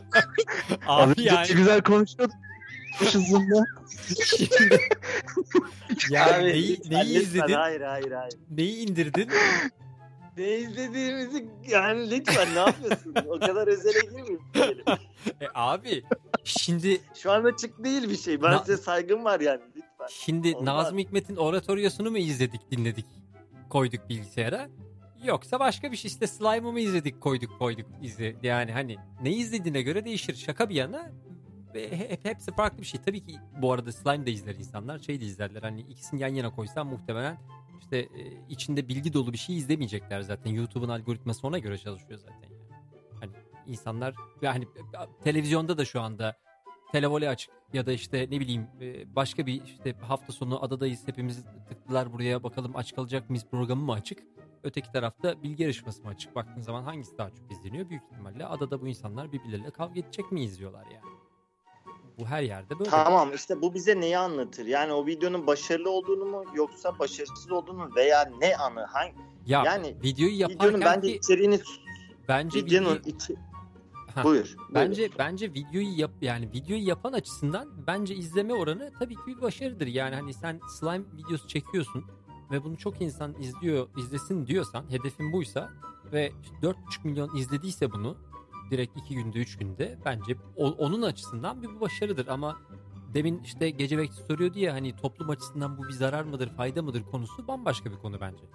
Az Abi önce yani. ne güzel konuşuyorduk. Hızında. Şimdi, yani Abi, neyi, lütfen, neyi lütfen, izledin? Hayır hayır hayır. Neyi indirdin? Ne izlediğimizi yani lütfen ne yapıyorsun? O kadar özele girmeyelim. E abi şimdi Şu anda açık değil bir şey. Ben Na- size saygım var yani lütfen. şimdi Olmaz. Nazım Hikmet'in oratoryosunu mu izledik, dinledik, koyduk bilgisayara? Yoksa başka bir şey, işte Slime'ı mı izledik, koyduk koyduk izle. Yani hani ne izlediğine göre değişir. Şaka bir yana ve hep hepsi farklı bir şey. Tabii ki bu arada Slime de izler insanlar, şey de izlerler. Hani ikisini yan yana koysan muhtemelen işte e, içinde bilgi dolu bir şey izlemeyecekler zaten. YouTube'un algoritması ona göre çalışıyor zaten yani. Hani insanlar yani televizyonda da şu anda televole açık ya da işte ne bileyim e, başka bir işte hafta sonu adadayız hepimiz tıktılar buraya bakalım aç kalacak mıyız programı mı açık? Öteki tarafta bilgi yarışması mı açık? Baktığın zaman hangisi daha çok izleniyor? Büyük ihtimalle adada bu insanlar birbirleriyle kavga edecek mi izliyorlar yani. Bu her yerde böyle. Tamam, işte bu bize neyi anlatır? Yani o videonun başarılı olduğunu mu yoksa başarısız olduğunu mu veya ne anı? Hangi? Ya yani videoyu Videonun yaparken bence ki içeriğini bence videonun video- içi... Ha, Buyur. buyur. Bence bence videoyu yap yani videoyu yapan açısından bence izleme oranı tabii ki bir başarıdır. Yani hani sen slime videosu çekiyorsun ve bunu çok insan izliyor, izlesin diyorsan, hedefin buysa ve dört buçuk milyon izlediyse bunu direkt iki günde, üç günde bence o- onun açısından bir başarıdır ama demin işte Gece Bekçi soruyordu ya hani toplum açısından bu bir zarar mıdır, fayda mıdır konusu bambaşka bir konu bence.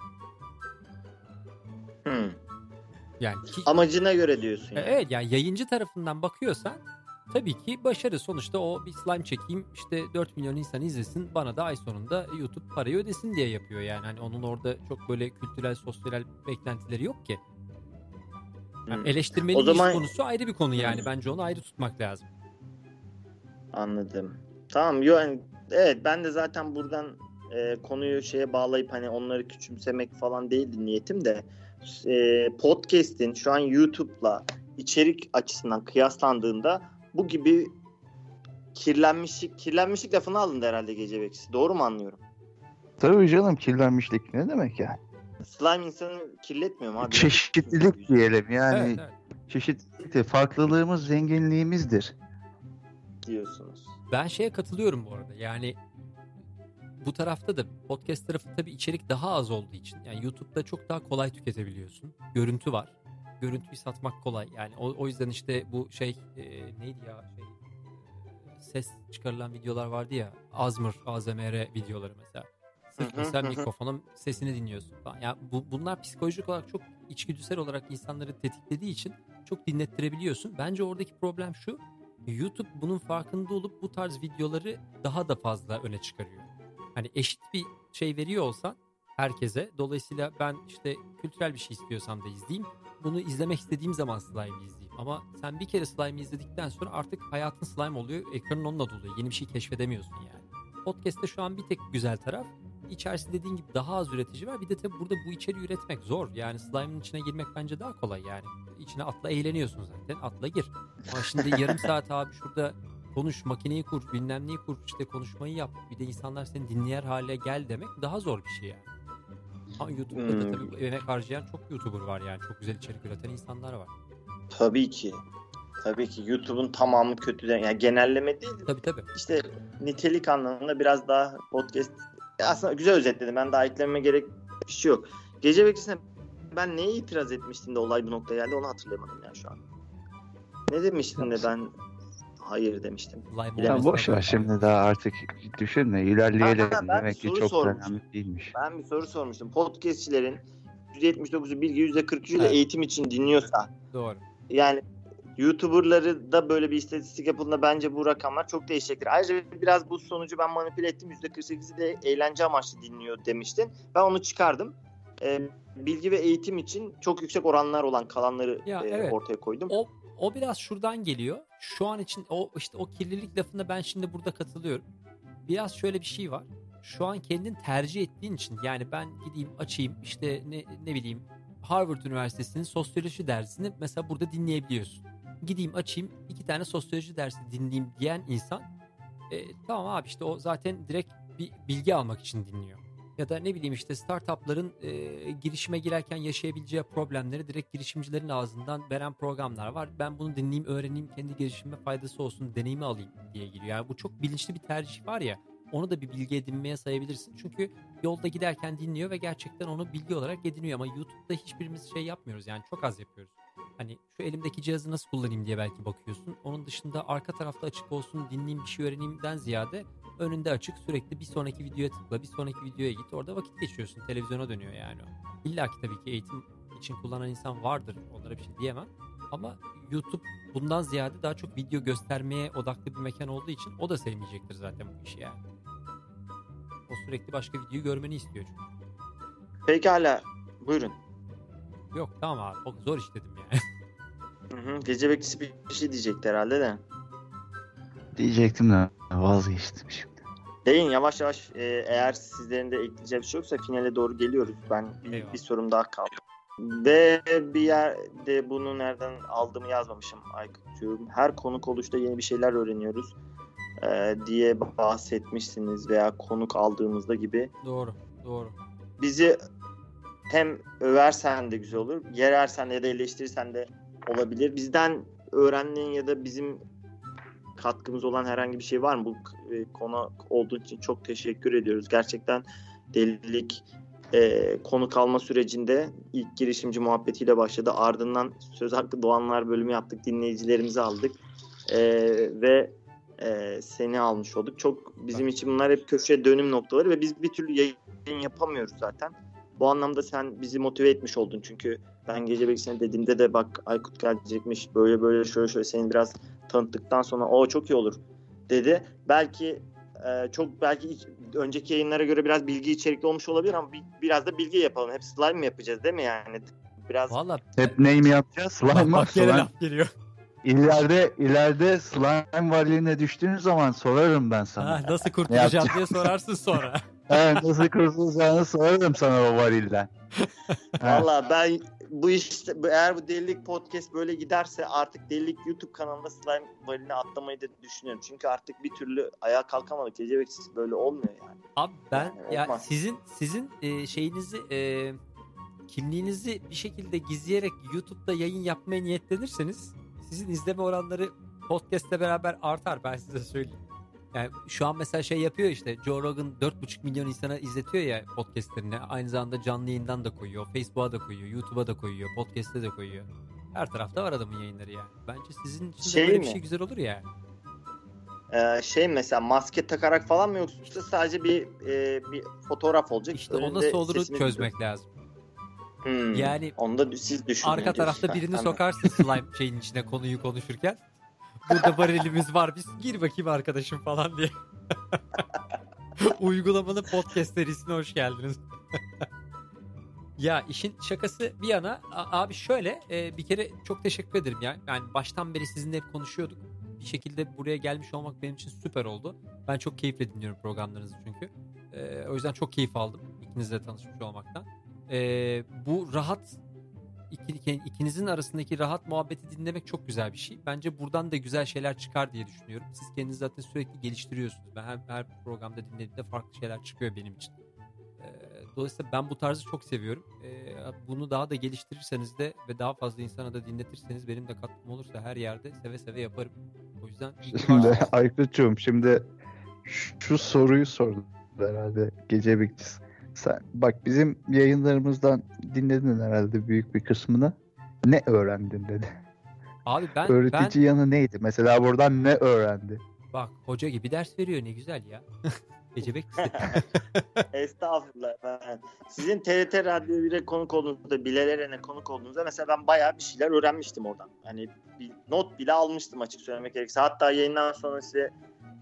Hmm. Yani ki, Amacına göre diyorsun. E, Yani. Evet yani yayıncı tarafından bakıyorsan tabii ki başarı. Sonuçta o bir slime çekeyim işte dört milyon insan izlesin bana da ay sonunda YouTube parayı ödesin diye yapıyor yani. Hani onun orada çok böyle kültürel, sosyal beklentileri yok ki. Yani Hmm. eleştirmenin O zaman- iş konusu ayrı bir konu yani. Bence onu ayrı tutmak lazım. Anladım. Tamam, yani evet, ben de zaten buradan e, konuyu şeye bağlayıp hani onları küçümsemek falan değildi niyetim de e, podcast'in şu an YouTube'la içerik açısından kıyaslandığında bu gibi kirlenmişlik kirlenmişlik lafını alındı herhalde Gece Bekçisi. Doğru mu anlıyorum? Tabii canım, kirlenmişlik ne demek yani? Slime insanı kirletmiyor mu abi? Çeşitlilik diyelim yani. Evet, evet. Çeşitlilik de farklılığımız zenginliğimizdir. diyorsunuz. Ben şeye katılıyorum bu arada. Yani bu tarafta da podcast tarafı tabii içerik daha az olduğu için. Yani YouTube'da çok daha kolay tüketebiliyorsun. Görüntü var. Görüntüyü satmak kolay. Yani o, o yüzden işte bu şey e, neydi ya şey e, ses çıkarılan videolar vardı ya. Azmır, A S M R videoları mesela. Sırf Hı hı, mesela hı hı. mikrofona sesini dinliyorsun falan. Yani bu, bunlar psikolojik olarak çok içgüdüsel olarak insanları tetiklediği için çok dinlettirebiliyorsun. Bence oradaki problem şu. YouTube bunun farkında olup bu tarz videoları daha da fazla öne çıkarıyor. Hani eşit bir şey veriyor olsan herkese. Dolayısıyla ben işte kültürel bir şey istiyorsam da izleyeyim. Bunu izlemek istediğim zaman Slime'ı izleyeyim. Ama sen bir kere Slime'ı izledikten sonra artık hayatın Slime oluyor. Ekranın onunla dolu. Yeni bir şey keşfedemiyorsun yani. Podcast'te şu an bir tek güzel taraf. İçerisinde dediğin gibi daha az üretici var. Bir de tabii burada bu içeriği üretmek zor. Yani slime'ın içine girmek bence daha kolay yani. İçine atla eğleniyorsun zaten. Atla gir. Ama şimdi yarım saat abi şurada konuş, makineyi kur, bilmem neyi kur, işte konuşmayı yap. Bir de insanlar seni dinleyer hale gel demek daha zor bir şey yani. Ama YouTube'da da Hmm. tabii emek harcayan çok YouTuber var yani. Çok güzel içerik üreten insanlar var. Tabii ki. Tabii ki YouTube'un tamamı kötü. de- Yani genelleme değil. Tabii tabii. İşte nitelik anlamında biraz daha podcast aslında güzel özetledim. Ben daha eklememe gerek bir şey yok. Gece Bekçisi'ne ben neye itiraz etmiştim de olay bu noktaya geldi onu hatırlayamadım ya şu an. Ne demiştim de ben hayır demiştim. Live Ya olmasına boş ver bak. şimdi, daha artık düşünme, ilerleyelim. Ha, ben Demek ki soru çok da sormuştum. önemli değilmiş. Ben bir soru sormuştum. Podcastçilerin yüzde yetmiş dokuzu bilgi, yüzde kırk üçü de Evet. eğitim için dinliyorsa Doğru. yani YouTuber'ları da böyle bir istatistik yapıldığında bence bu rakamlar çok değişecektir. Ayrıca biraz bu sonucu ben manipüle ettim. yüzde kırk sekizi de eğlence amaçlı dinliyor demiştin. Ben onu çıkardım. e, bilgi ve eğitim için çok yüksek oranlar olan kalanları Ya, e, evet. ortaya koydum. O o biraz şuradan geliyor. Şu an için o işte o kirlilik lafına ben şimdi burada katılıyorum. Biraz şöyle bir şey var. Şu an kendin tercih ettiğin için, yani ben gideyim açayım işte ne ne bileyim Harvard Üniversitesi'nin sosyoloji dersini mesela burada dinleyebiliyorsun. Gideyim açayım iki tane sosyoloji dersi dinleyeyim diyen insan e, tamam abi işte o zaten direkt bir bilgi almak için dinliyor. Ya da ne bileyim işte startupların e, girişime girerken yaşayabileceği problemleri direkt girişimcilerin ağzından veren programlar var. Ben bunu dinleyeyim, öğreneyim, kendi girişimime faydası olsun, deneyimi alayım diye geliyor. Yani bu çok bilinçli bir tercih var ya, onu da bir bilgi edinmeye sayabilirsin. Çünkü yolda giderken dinliyor ve gerçekten onu bilgi olarak ediniyor. Ama YouTube'da hiçbirimiz şey yapmıyoruz, yani çok az yapıyoruz. Hani şu elimdeki cihazı nasıl kullanayım diye belki bakıyorsun. Onun dışında arka tarafta açık olsun, dinleyeyim, bir şey öğreneyimden ziyade önünde açık, sürekli bir sonraki videoya tıkla, bir sonraki videoya git. Orada vakit geçiriyorsun. Televizyona dönüyor yani o. İlla ki tabii ki eğitim için kullanan insan vardır. Onlara bir şey diyemem. Ama YouTube bundan ziyade daha çok video göstermeye odaklı bir mekan olduğu için o da sevmeyecektir zaten bu işi yani. O sürekli başka videoyu görmeni istiyor çünkü. Pekala. Buyurun. Yok tamam abi. O zor iş dedim yani. Hı hı. Gece bekçisi bir şey diyecekti herhalde de. Diyecektim de vazgeçtim şimdi. Deyin yavaş yavaş, e, eğer sizlerin de ekleyeceği bir şey yoksa finale doğru geliyoruz. Ben bir, Eyvallah. bir sorum daha kaldı. Ve bir yerde bunu nereden aldığımı yazmamışım Aykut'cuğum. Her konuk oluşta yeni bir şeyler öğreniyoruz e, diye bahsetmişsiniz veya konuk aldığımızda gibi. Doğru. Doğru. Bizi hem översen de güzel olur, yerersen de ya da eleştirirsen de olabilir. Bizden öğrendiğin ya da bizim katkımız olan herhangi bir şey var mı? Bu e, konu olduğu için çok teşekkür ediyoruz. Gerçekten delilik e, konuk alma sürecinde ilk girişimci muhabbetiyle başladı. Ardından söz hakkı doğanlar bölümü yaptık. Dinleyicilerimizi aldık. E, ve e, seni almış olduk. Çok bizim için bunlar hep köşe dönüm noktaları ve biz bir türlü yayın yapamıyoruz zaten. Bu anlamda sen bizi motive etmiş oldun. Çünkü ben gece bekçisine dediğimde de bak Aykut gelecekmiş, böyle böyle şöyle şöyle seni biraz tanıttıktan sonra o çok iyi olur dedi. Belki e, çok belki ilk, önceki yayınlara göre biraz bilgi içerikli olmuş olabilir ama bir, biraz da bilgi yapalım. Hep slime mi yapacağız değil mi yani? Biraz Valla Hep ney mi yapacağız? Slime mı? bak gene Slime. laf geliyor. İleride, ileride slime varlığına düştüğün zaman sorarım ben sana. Ha, nasıl kurtulacağım yapacağım? diye sorarsın sonra. Evet, nasıl kurtulacağını sorarım sana o varilden. Ha. valla ben bu işte eğer bu delilik podcast böyle giderse artık delilik YouTube kanalında slime valine atlamayı da düşünüyorum. Çünkü artık bir türlü ayağa kalkamadık. Gece bekçisi böyle olmuyor yani. Abi ben Yani ya olmaz. sizin sizin e, şeyinizi e, kimliğinizi bir şekilde gizleyerek YouTube'da yayın yapmaya niyetlenirseniz sizin izleme oranları podcast'le beraber artar, ben size söyleyeyim. Yani şu an mesela şey yapıyor işte, Joe Rogan dört buçuk milyon insana izletiyor ya podcastlerini. Aynı zamanda canlı yayından da koyuyor. Facebook'a da koyuyor. YouTube'a da koyuyor. Podcast'e de koyuyor. Her tarafta var adamın yayınları yani. Bence sizin için de Şey böyle mi? bir şey güzel olur yani. Ee, şey mesela maske takarak falan mı yoksa sadece bir e, bir fotoğraf olacak. İşte o Önünde nasıl oluru sesini çözmek lazım. Hmm, Yani onu da siz düşünün. arka tarafta diyorsun. birini Ha, sokarsın slime şeyin içine konuyu konuşurken. Burada varilimiz var, biz gir bakayım arkadaşım falan diye. Uygulamalı podcast serisine hoş geldiniz. Ya işin şakası bir yana a- abi şöyle e, bir kere çok teşekkür ederim ya. Yani baştan beri sizinle hep konuşuyorduk. Bir şekilde buraya gelmiş olmak benim için süper oldu. Ben çok keyifle dinliyorum programlarınızı çünkü. E, o yüzden çok keyif aldım ikinizle tanışmış olmaktan. E, bu rahat iki, ikinizin arasındaki rahat muhabbeti dinlemek çok güzel bir şey. Bence buradan da güzel şeyler çıkar diye düşünüyorum. Siz kendinizi zaten sürekli geliştiriyorsunuz. Ben her, her programda dinlediğimde farklı şeyler çıkıyor benim için. Dolayısıyla ben bu tarzı çok seviyorum. Bunu daha da geliştirirseniz de ve daha fazla insana da dinletirseniz, benim de katkım olursa her yerde seve seve yaparım. O yüzden iyi ki Şimdi varsınız. Aykut'cum şimdi şu, şu soruyu sordum herhalde gece bekçisi. Sen bak bizim yayınlarımızdan dinledin herhalde büyük bir kısmını. Ne öğrendin dedi. Abi ben, Öğretici ben yanı neydi? Mesela buradan ne öğrendi? bak hoca gibi ders veriyor, ne güzel ya. Gece bekçisi. Estağfurullah. Ben, sizin T R T Radyo bire konuk olduğunuzda, Bilal Eren'e konuk olduğunuzda mesela ben bayağı bir şeyler öğrenmiştim oradan. Hani bir not bile almıştım açık söylemek gerekirse. Hatta yayından sonra size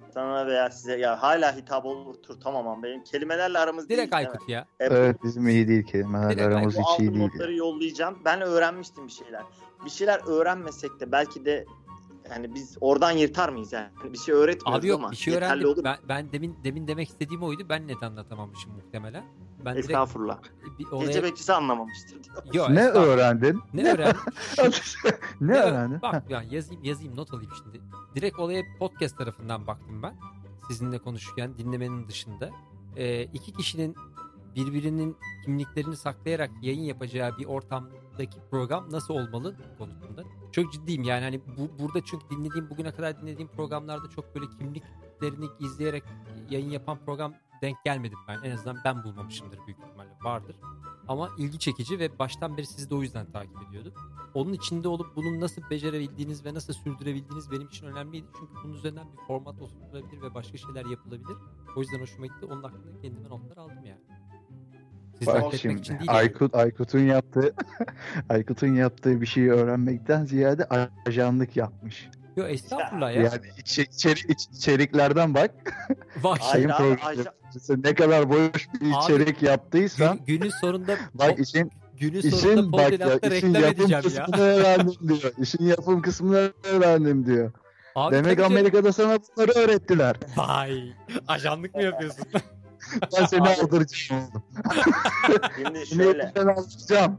sana veya size ya hala hitap olur tamam benim kelimelerle aramız değil. Direkt Aykut ya. E, Evet bizim iyi değil kelimeler Direkt aramız bu hiç iyi altın değil. notları yollayacağım. Ben öğrenmiştim bir şeyler. Bir şeyler öğrenmesek de belki de yani biz oradan yırtar mıyız yani? Bir şey öğretmiyoruz Abi yok ama bir şey yeterli öğrendim. olur. Ben, ben demin demin demek istediğim oydu. Ben net anlatamamışım muhtemelen. Ben direkt Estağfurullah. bir olaya... Gece bekçisi anlamamıştır diyor. Yok, Ne estağfurullah. öğrendin? Ne öğrendin? ne öğrendin? Bak yani yazayım yazayım not alayım şimdi. Direkt olaya podcast tarafından baktım ben. Sizinle konuşurken dinlemenin dışında. Ee, iki kişinin birbirinin kimliklerini saklayarak yayın yapacağı bir ortamdaki program nasıl olmalı konusunda. Çok ciddiyim yani hani bu burada çünkü dinlediğim bugüne kadar dinlediğim programlarda çok böyle kimliklerini gizleyerek yayın yapan program denk gelmedim ben. En azından ben bulmamışımdır büyük ihtimalle. Vardır. Ama ilgi çekici ve baştan beri sizi de o yüzden takip ediyordum. Onun içinde olup bunu nasıl becerebildiğiniz ve nasıl sürdürebildiğiniz benim için önemliydi. Çünkü bunun üzerinden bir format oluşturulabilir ve başka şeyler yapılabilir. O yüzden hoşuma gitti. Onun hakkında kendime notlar aldım yani. Sizi Bak taklit etmek şimdi için değil yani. Aykut Aykut'un yaptığı Aykut'un yaptığı bir şeyi öğrenmekten ziyade ajanlık yapmış. Yok estağfurullah ya. Yani iç, içeri, iç, içeriklerden bak. Bak Hayır Sayın abi, programcısı ne kadar boş bir içerik yaptıysan gün, günün sonunda bak işin günün işin sonunda bak ya Podilab'da işin reklam yapım edeceğim ya. kısmını öğrendim diyor. İşin yapım kısmını öğrendim diyor. Abi Demek tabii canım. Amerika'da sana bunları öğrettiler. Vay. Ajanlık mı yapıyorsun? Ben seni Abi- aldıracağım oğlum. Şimdi Seni şöyle ben aldıracağım.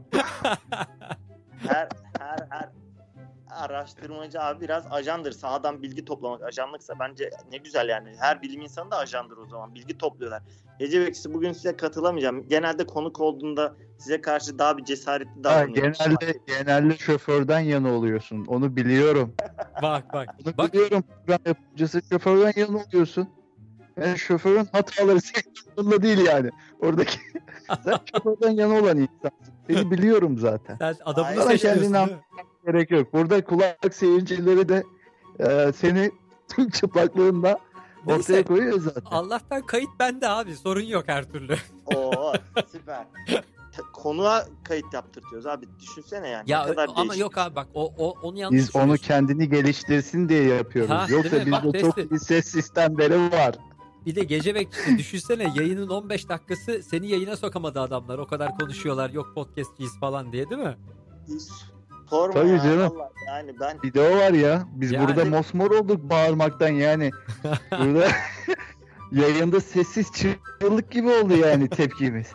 her her her araştırmacı abi biraz ajandır. Sahadan bilgi toplamak ajanlıksa bence ne güzel yani. Her bilim insanı da ajandır o zaman. Bilgi topluyorlar. Gece bekçisi bugün size katılamayacağım. Genelde konuk olduğunda size karşı daha bir cesaretli Ha, davranıyorum. genelde genelde şoförden yana oluyorsun. Onu biliyorum. Bak bak. Bunu Bak biliyorum. Program yapıcısı şoförden yana oluyorsun. Yani şoförün hataları senin yanında değil yani. Oradaki sen şoförden yana olan insansın. Seni biliyorum zaten. sen adamını Sana seçmiyorsun kendini değil mi? Gerek yok. Burada kulak seyircileri de e, seni tüm çıplaklığında Neyse. ortaya koyuyor zaten. Allah'tan kayıt bende abi. Sorun yok her türlü. Oo süper. T- Konuğa kayıt yaptırtıyoruz abi. Düşünsene yani. Ya ne kadar ama değişik. yok abi bak o, o onu yanlış Biz onu düşünüyorsun. kendini geliştirsin diye yapıyoruz. Ha, Yoksa değil mi? Bak, bizde çok testi. iyi ses sistemleri var. Bir de gece bekçisi düşünsene yayının on beş dakikası seni yayına sokamadı adamlar. O kadar konuşuyorlar yok podcastçiyiz falan diye değil mi? Hiç sorma Tabii ya, canım. vallahi yani ben Video var ya. Biz Yani- burada mosmor olduk bağırmaktan yani. Burada yayında sessiz çığlık gibi oldu yani tepkimiz.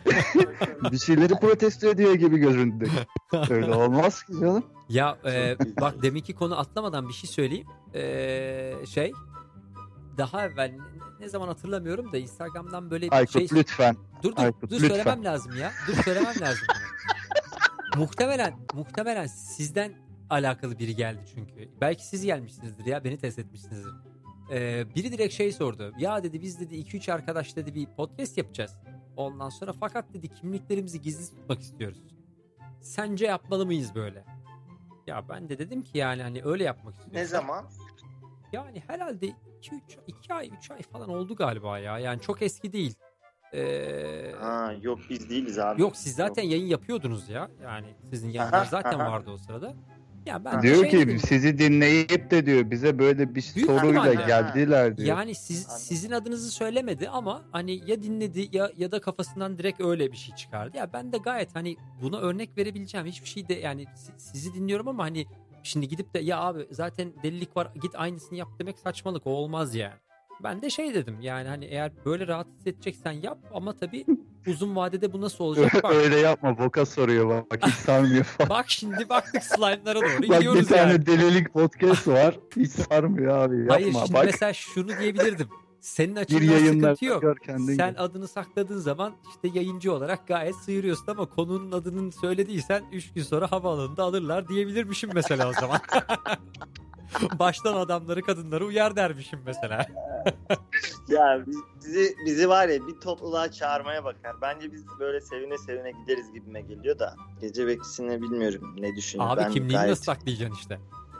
Bir şeyleri protesto ediyor gibi göründü. Öyle olmaz ki canım. Ya e, güzel. bak deminki konu atlamadan bir şey söyleyeyim. E, şey daha evvel ne, ne zaman hatırlamıyorum da Instagram'dan böyle bir Aykut şey... lütfen. Dur dur Aykut, dur lütfen. söylemem lazım ya. Dur söylemem lazım. bunu. muhtemelen muhtemelen sizden alakalı biri geldi çünkü. Belki siz gelmişsinizdir ya beni test etmişsinizdir. Ee, biri direkt şey sordu. Ya dedi biz dedi iki üç arkadaş dedi bir podcast yapacağız. Ondan sonra fakat dedi kimliklerimizi gizli tutmak istiyoruz. Sence yapmalı mıyız böyle? Ya ben de dedim ki yani hani öyle yapmak istiyoruz. ne zaman? Yani herhalde iki ay üç ay falan oldu galiba ya. Yani çok eski değil. Ee, Ha yok biz değiliz abi. Yok siz zaten yayın yapıyordunuz ya. Yani sizin yayınlar Aha, zaten aha. vardı o sırada. Ya ben de Diyor şey ki dedim, sizi dinleyip de diyor bize böyle bir Büyük soruyla ihtimalle. geldiler diyor. yani siz Anladım. sizin adınızı söylemedi ama hani ya dinledi ya ya da kafasından direkt öyle bir şey çıkardı. Ya ben de gayet hani buna örnek verebileceğim hiçbir şey de yani si- sizi dinliyorum ama hani şimdi gidip de ya abi zaten delilik var git aynısını yap demek saçmalık o olmaz yani. Ben de şey dedim yani hani eğer böyle rahat hissedeceksen yap ama tabii uzun vadede bu nasıl olacak bak. Öyle yapma boka soruyor bak hiç sarmıyor falan. Bak şimdi baktık slime'lara doğru Bak bir gidiyoruz tane yani. delilik podcast var hiç sarmıyor abi yapma Hayır şimdi bak. mesela şunu diyebilirdim. Senin Bir açından yayınlarda sıkıntı yok. gör kendin Sen gibi. adını sakladığın zaman işte yayıncı olarak gayet sıyırıyorsun ama konunun adının söylediysen üç gün sonra havaalanında alırlar diyebilirmişim mesela o zaman. Baştan adamları kadınları uyar dermişim mesela. Ya biz- bizi bizi var ya bir topluluğa çağırmaya bakar. Bence biz böyle sevine sevine gideriz gibime geliyor da gece bekçisine bilmiyorum ne düşünüyor. Abi Ben kimliğini gayet- nasıl saklayacaksın işte.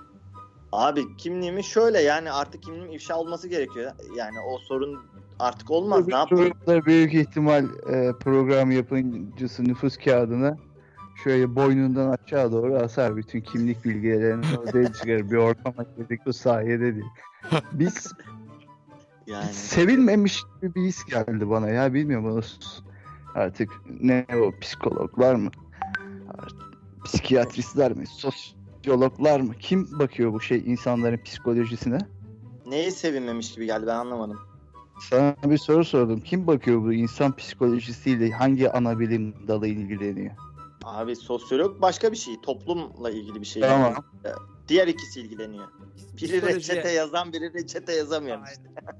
Abi kimliğimi şöyle yani artık kimliğim ifşa olması gerekiyor. Yani o sorun artık olmaz. Ne yapalım? Burada büyük ihtimal e, program yapımcısı nüfus kağıdını şöyle boynundan aşağı doğru asar. Bütün kimlik bilgilerini ortaya çıkarır. Bir ortama girdik bu sayede değil. Biz Yani Sevilmemiş gibi bir his geldi bana ya, bilmiyorum o artık ne o, psikologlar mı? Psikiyatristler mi? Sosyologlar mı? Kim bakıyor bu şey insanların psikolojisine? neye sevinmemiş gibi geldi ben anlamadım. Sana bir soru sordum. Kim bakıyor bu insan psikolojisiyle, hangi ana bilim dalı ilgileniyor? Abi sosyolog başka bir şey. Toplumla ilgili bir şey. Tamam. Yani. Diğer ikisi ilgileniyor. Biri Psikolojiye- reçete yazan, biri reçete yazamayan işte.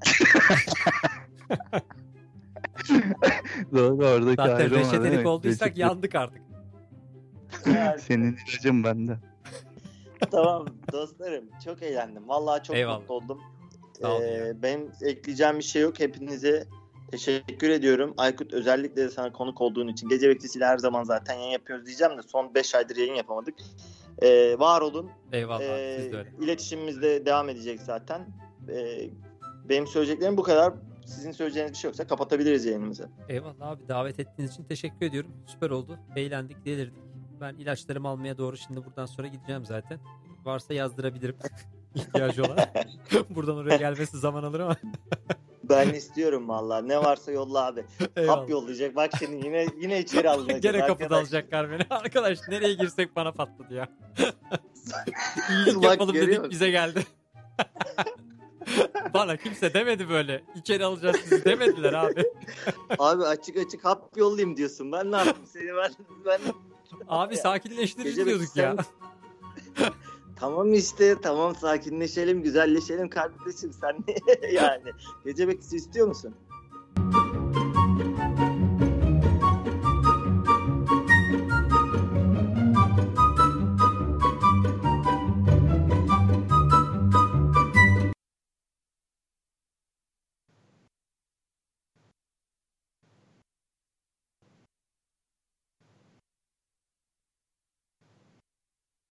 Doğru, oradaki Zaten ayrım var, değil reçetelik mi? olduysak Reçete- yandık artık. Yani, Senin ilacın bende. tamam dostlarım. Çok eğlendim. Vallahi çok Eyvallah. mutlu oldum. Sağ olun Ee, ya. benim ekleyeceğim bir şey yok. Hepinize teşekkür ediyorum. Aykut, özellikle de sana konuk olduğun için. Gece Bekçisi'yle her zaman zaten yayın yapıyoruz diyeceğim de son beş aydır yayın yapamadık. Ee, var olun. Eyvallah abi, Ee, siz de öyle. İletişimimiz de devam edecek zaten. Ee, benim söyleyeceklerim bu kadar. Sizin söyleyeceğiniz bir şey yoksa kapatabiliriz yayınımızı. Eyvallah abi, davet ettiğiniz için teşekkür ediyorum. Süper oldu. Eğlendik, delirdik. Ben ilaçlarımı almaya doğru şimdi buradan sonra gideceğim zaten. Varsa yazdırabilirim. İhtiyacı olan. Buradan oraya gelmesi zaman alır ama. Ben istiyorum vallahi. Ne varsa yolla abi. Eyvallah. Hap yollayacak. Bak şimdi yine yine içeri alınacak. Gene kapıda arkadaş. alacaklar beni. Arkadaş nereye girsek bana patladı ya. İyilik Bak, yapalım görüyor dedik, musun? bize geldi. Bana kimse demedi böyle. İçeri alacağız sizi demediler abi. Abi açık açık hap yollayayım diyorsun. Ben ne yaptım seni ben ben Abi sakinleştirici Gece diyorduk bekçisi ya. Tamam işte tamam sakinleşelim güzelleşelim kardeşim sen yani gece bekçisi istiyor musun?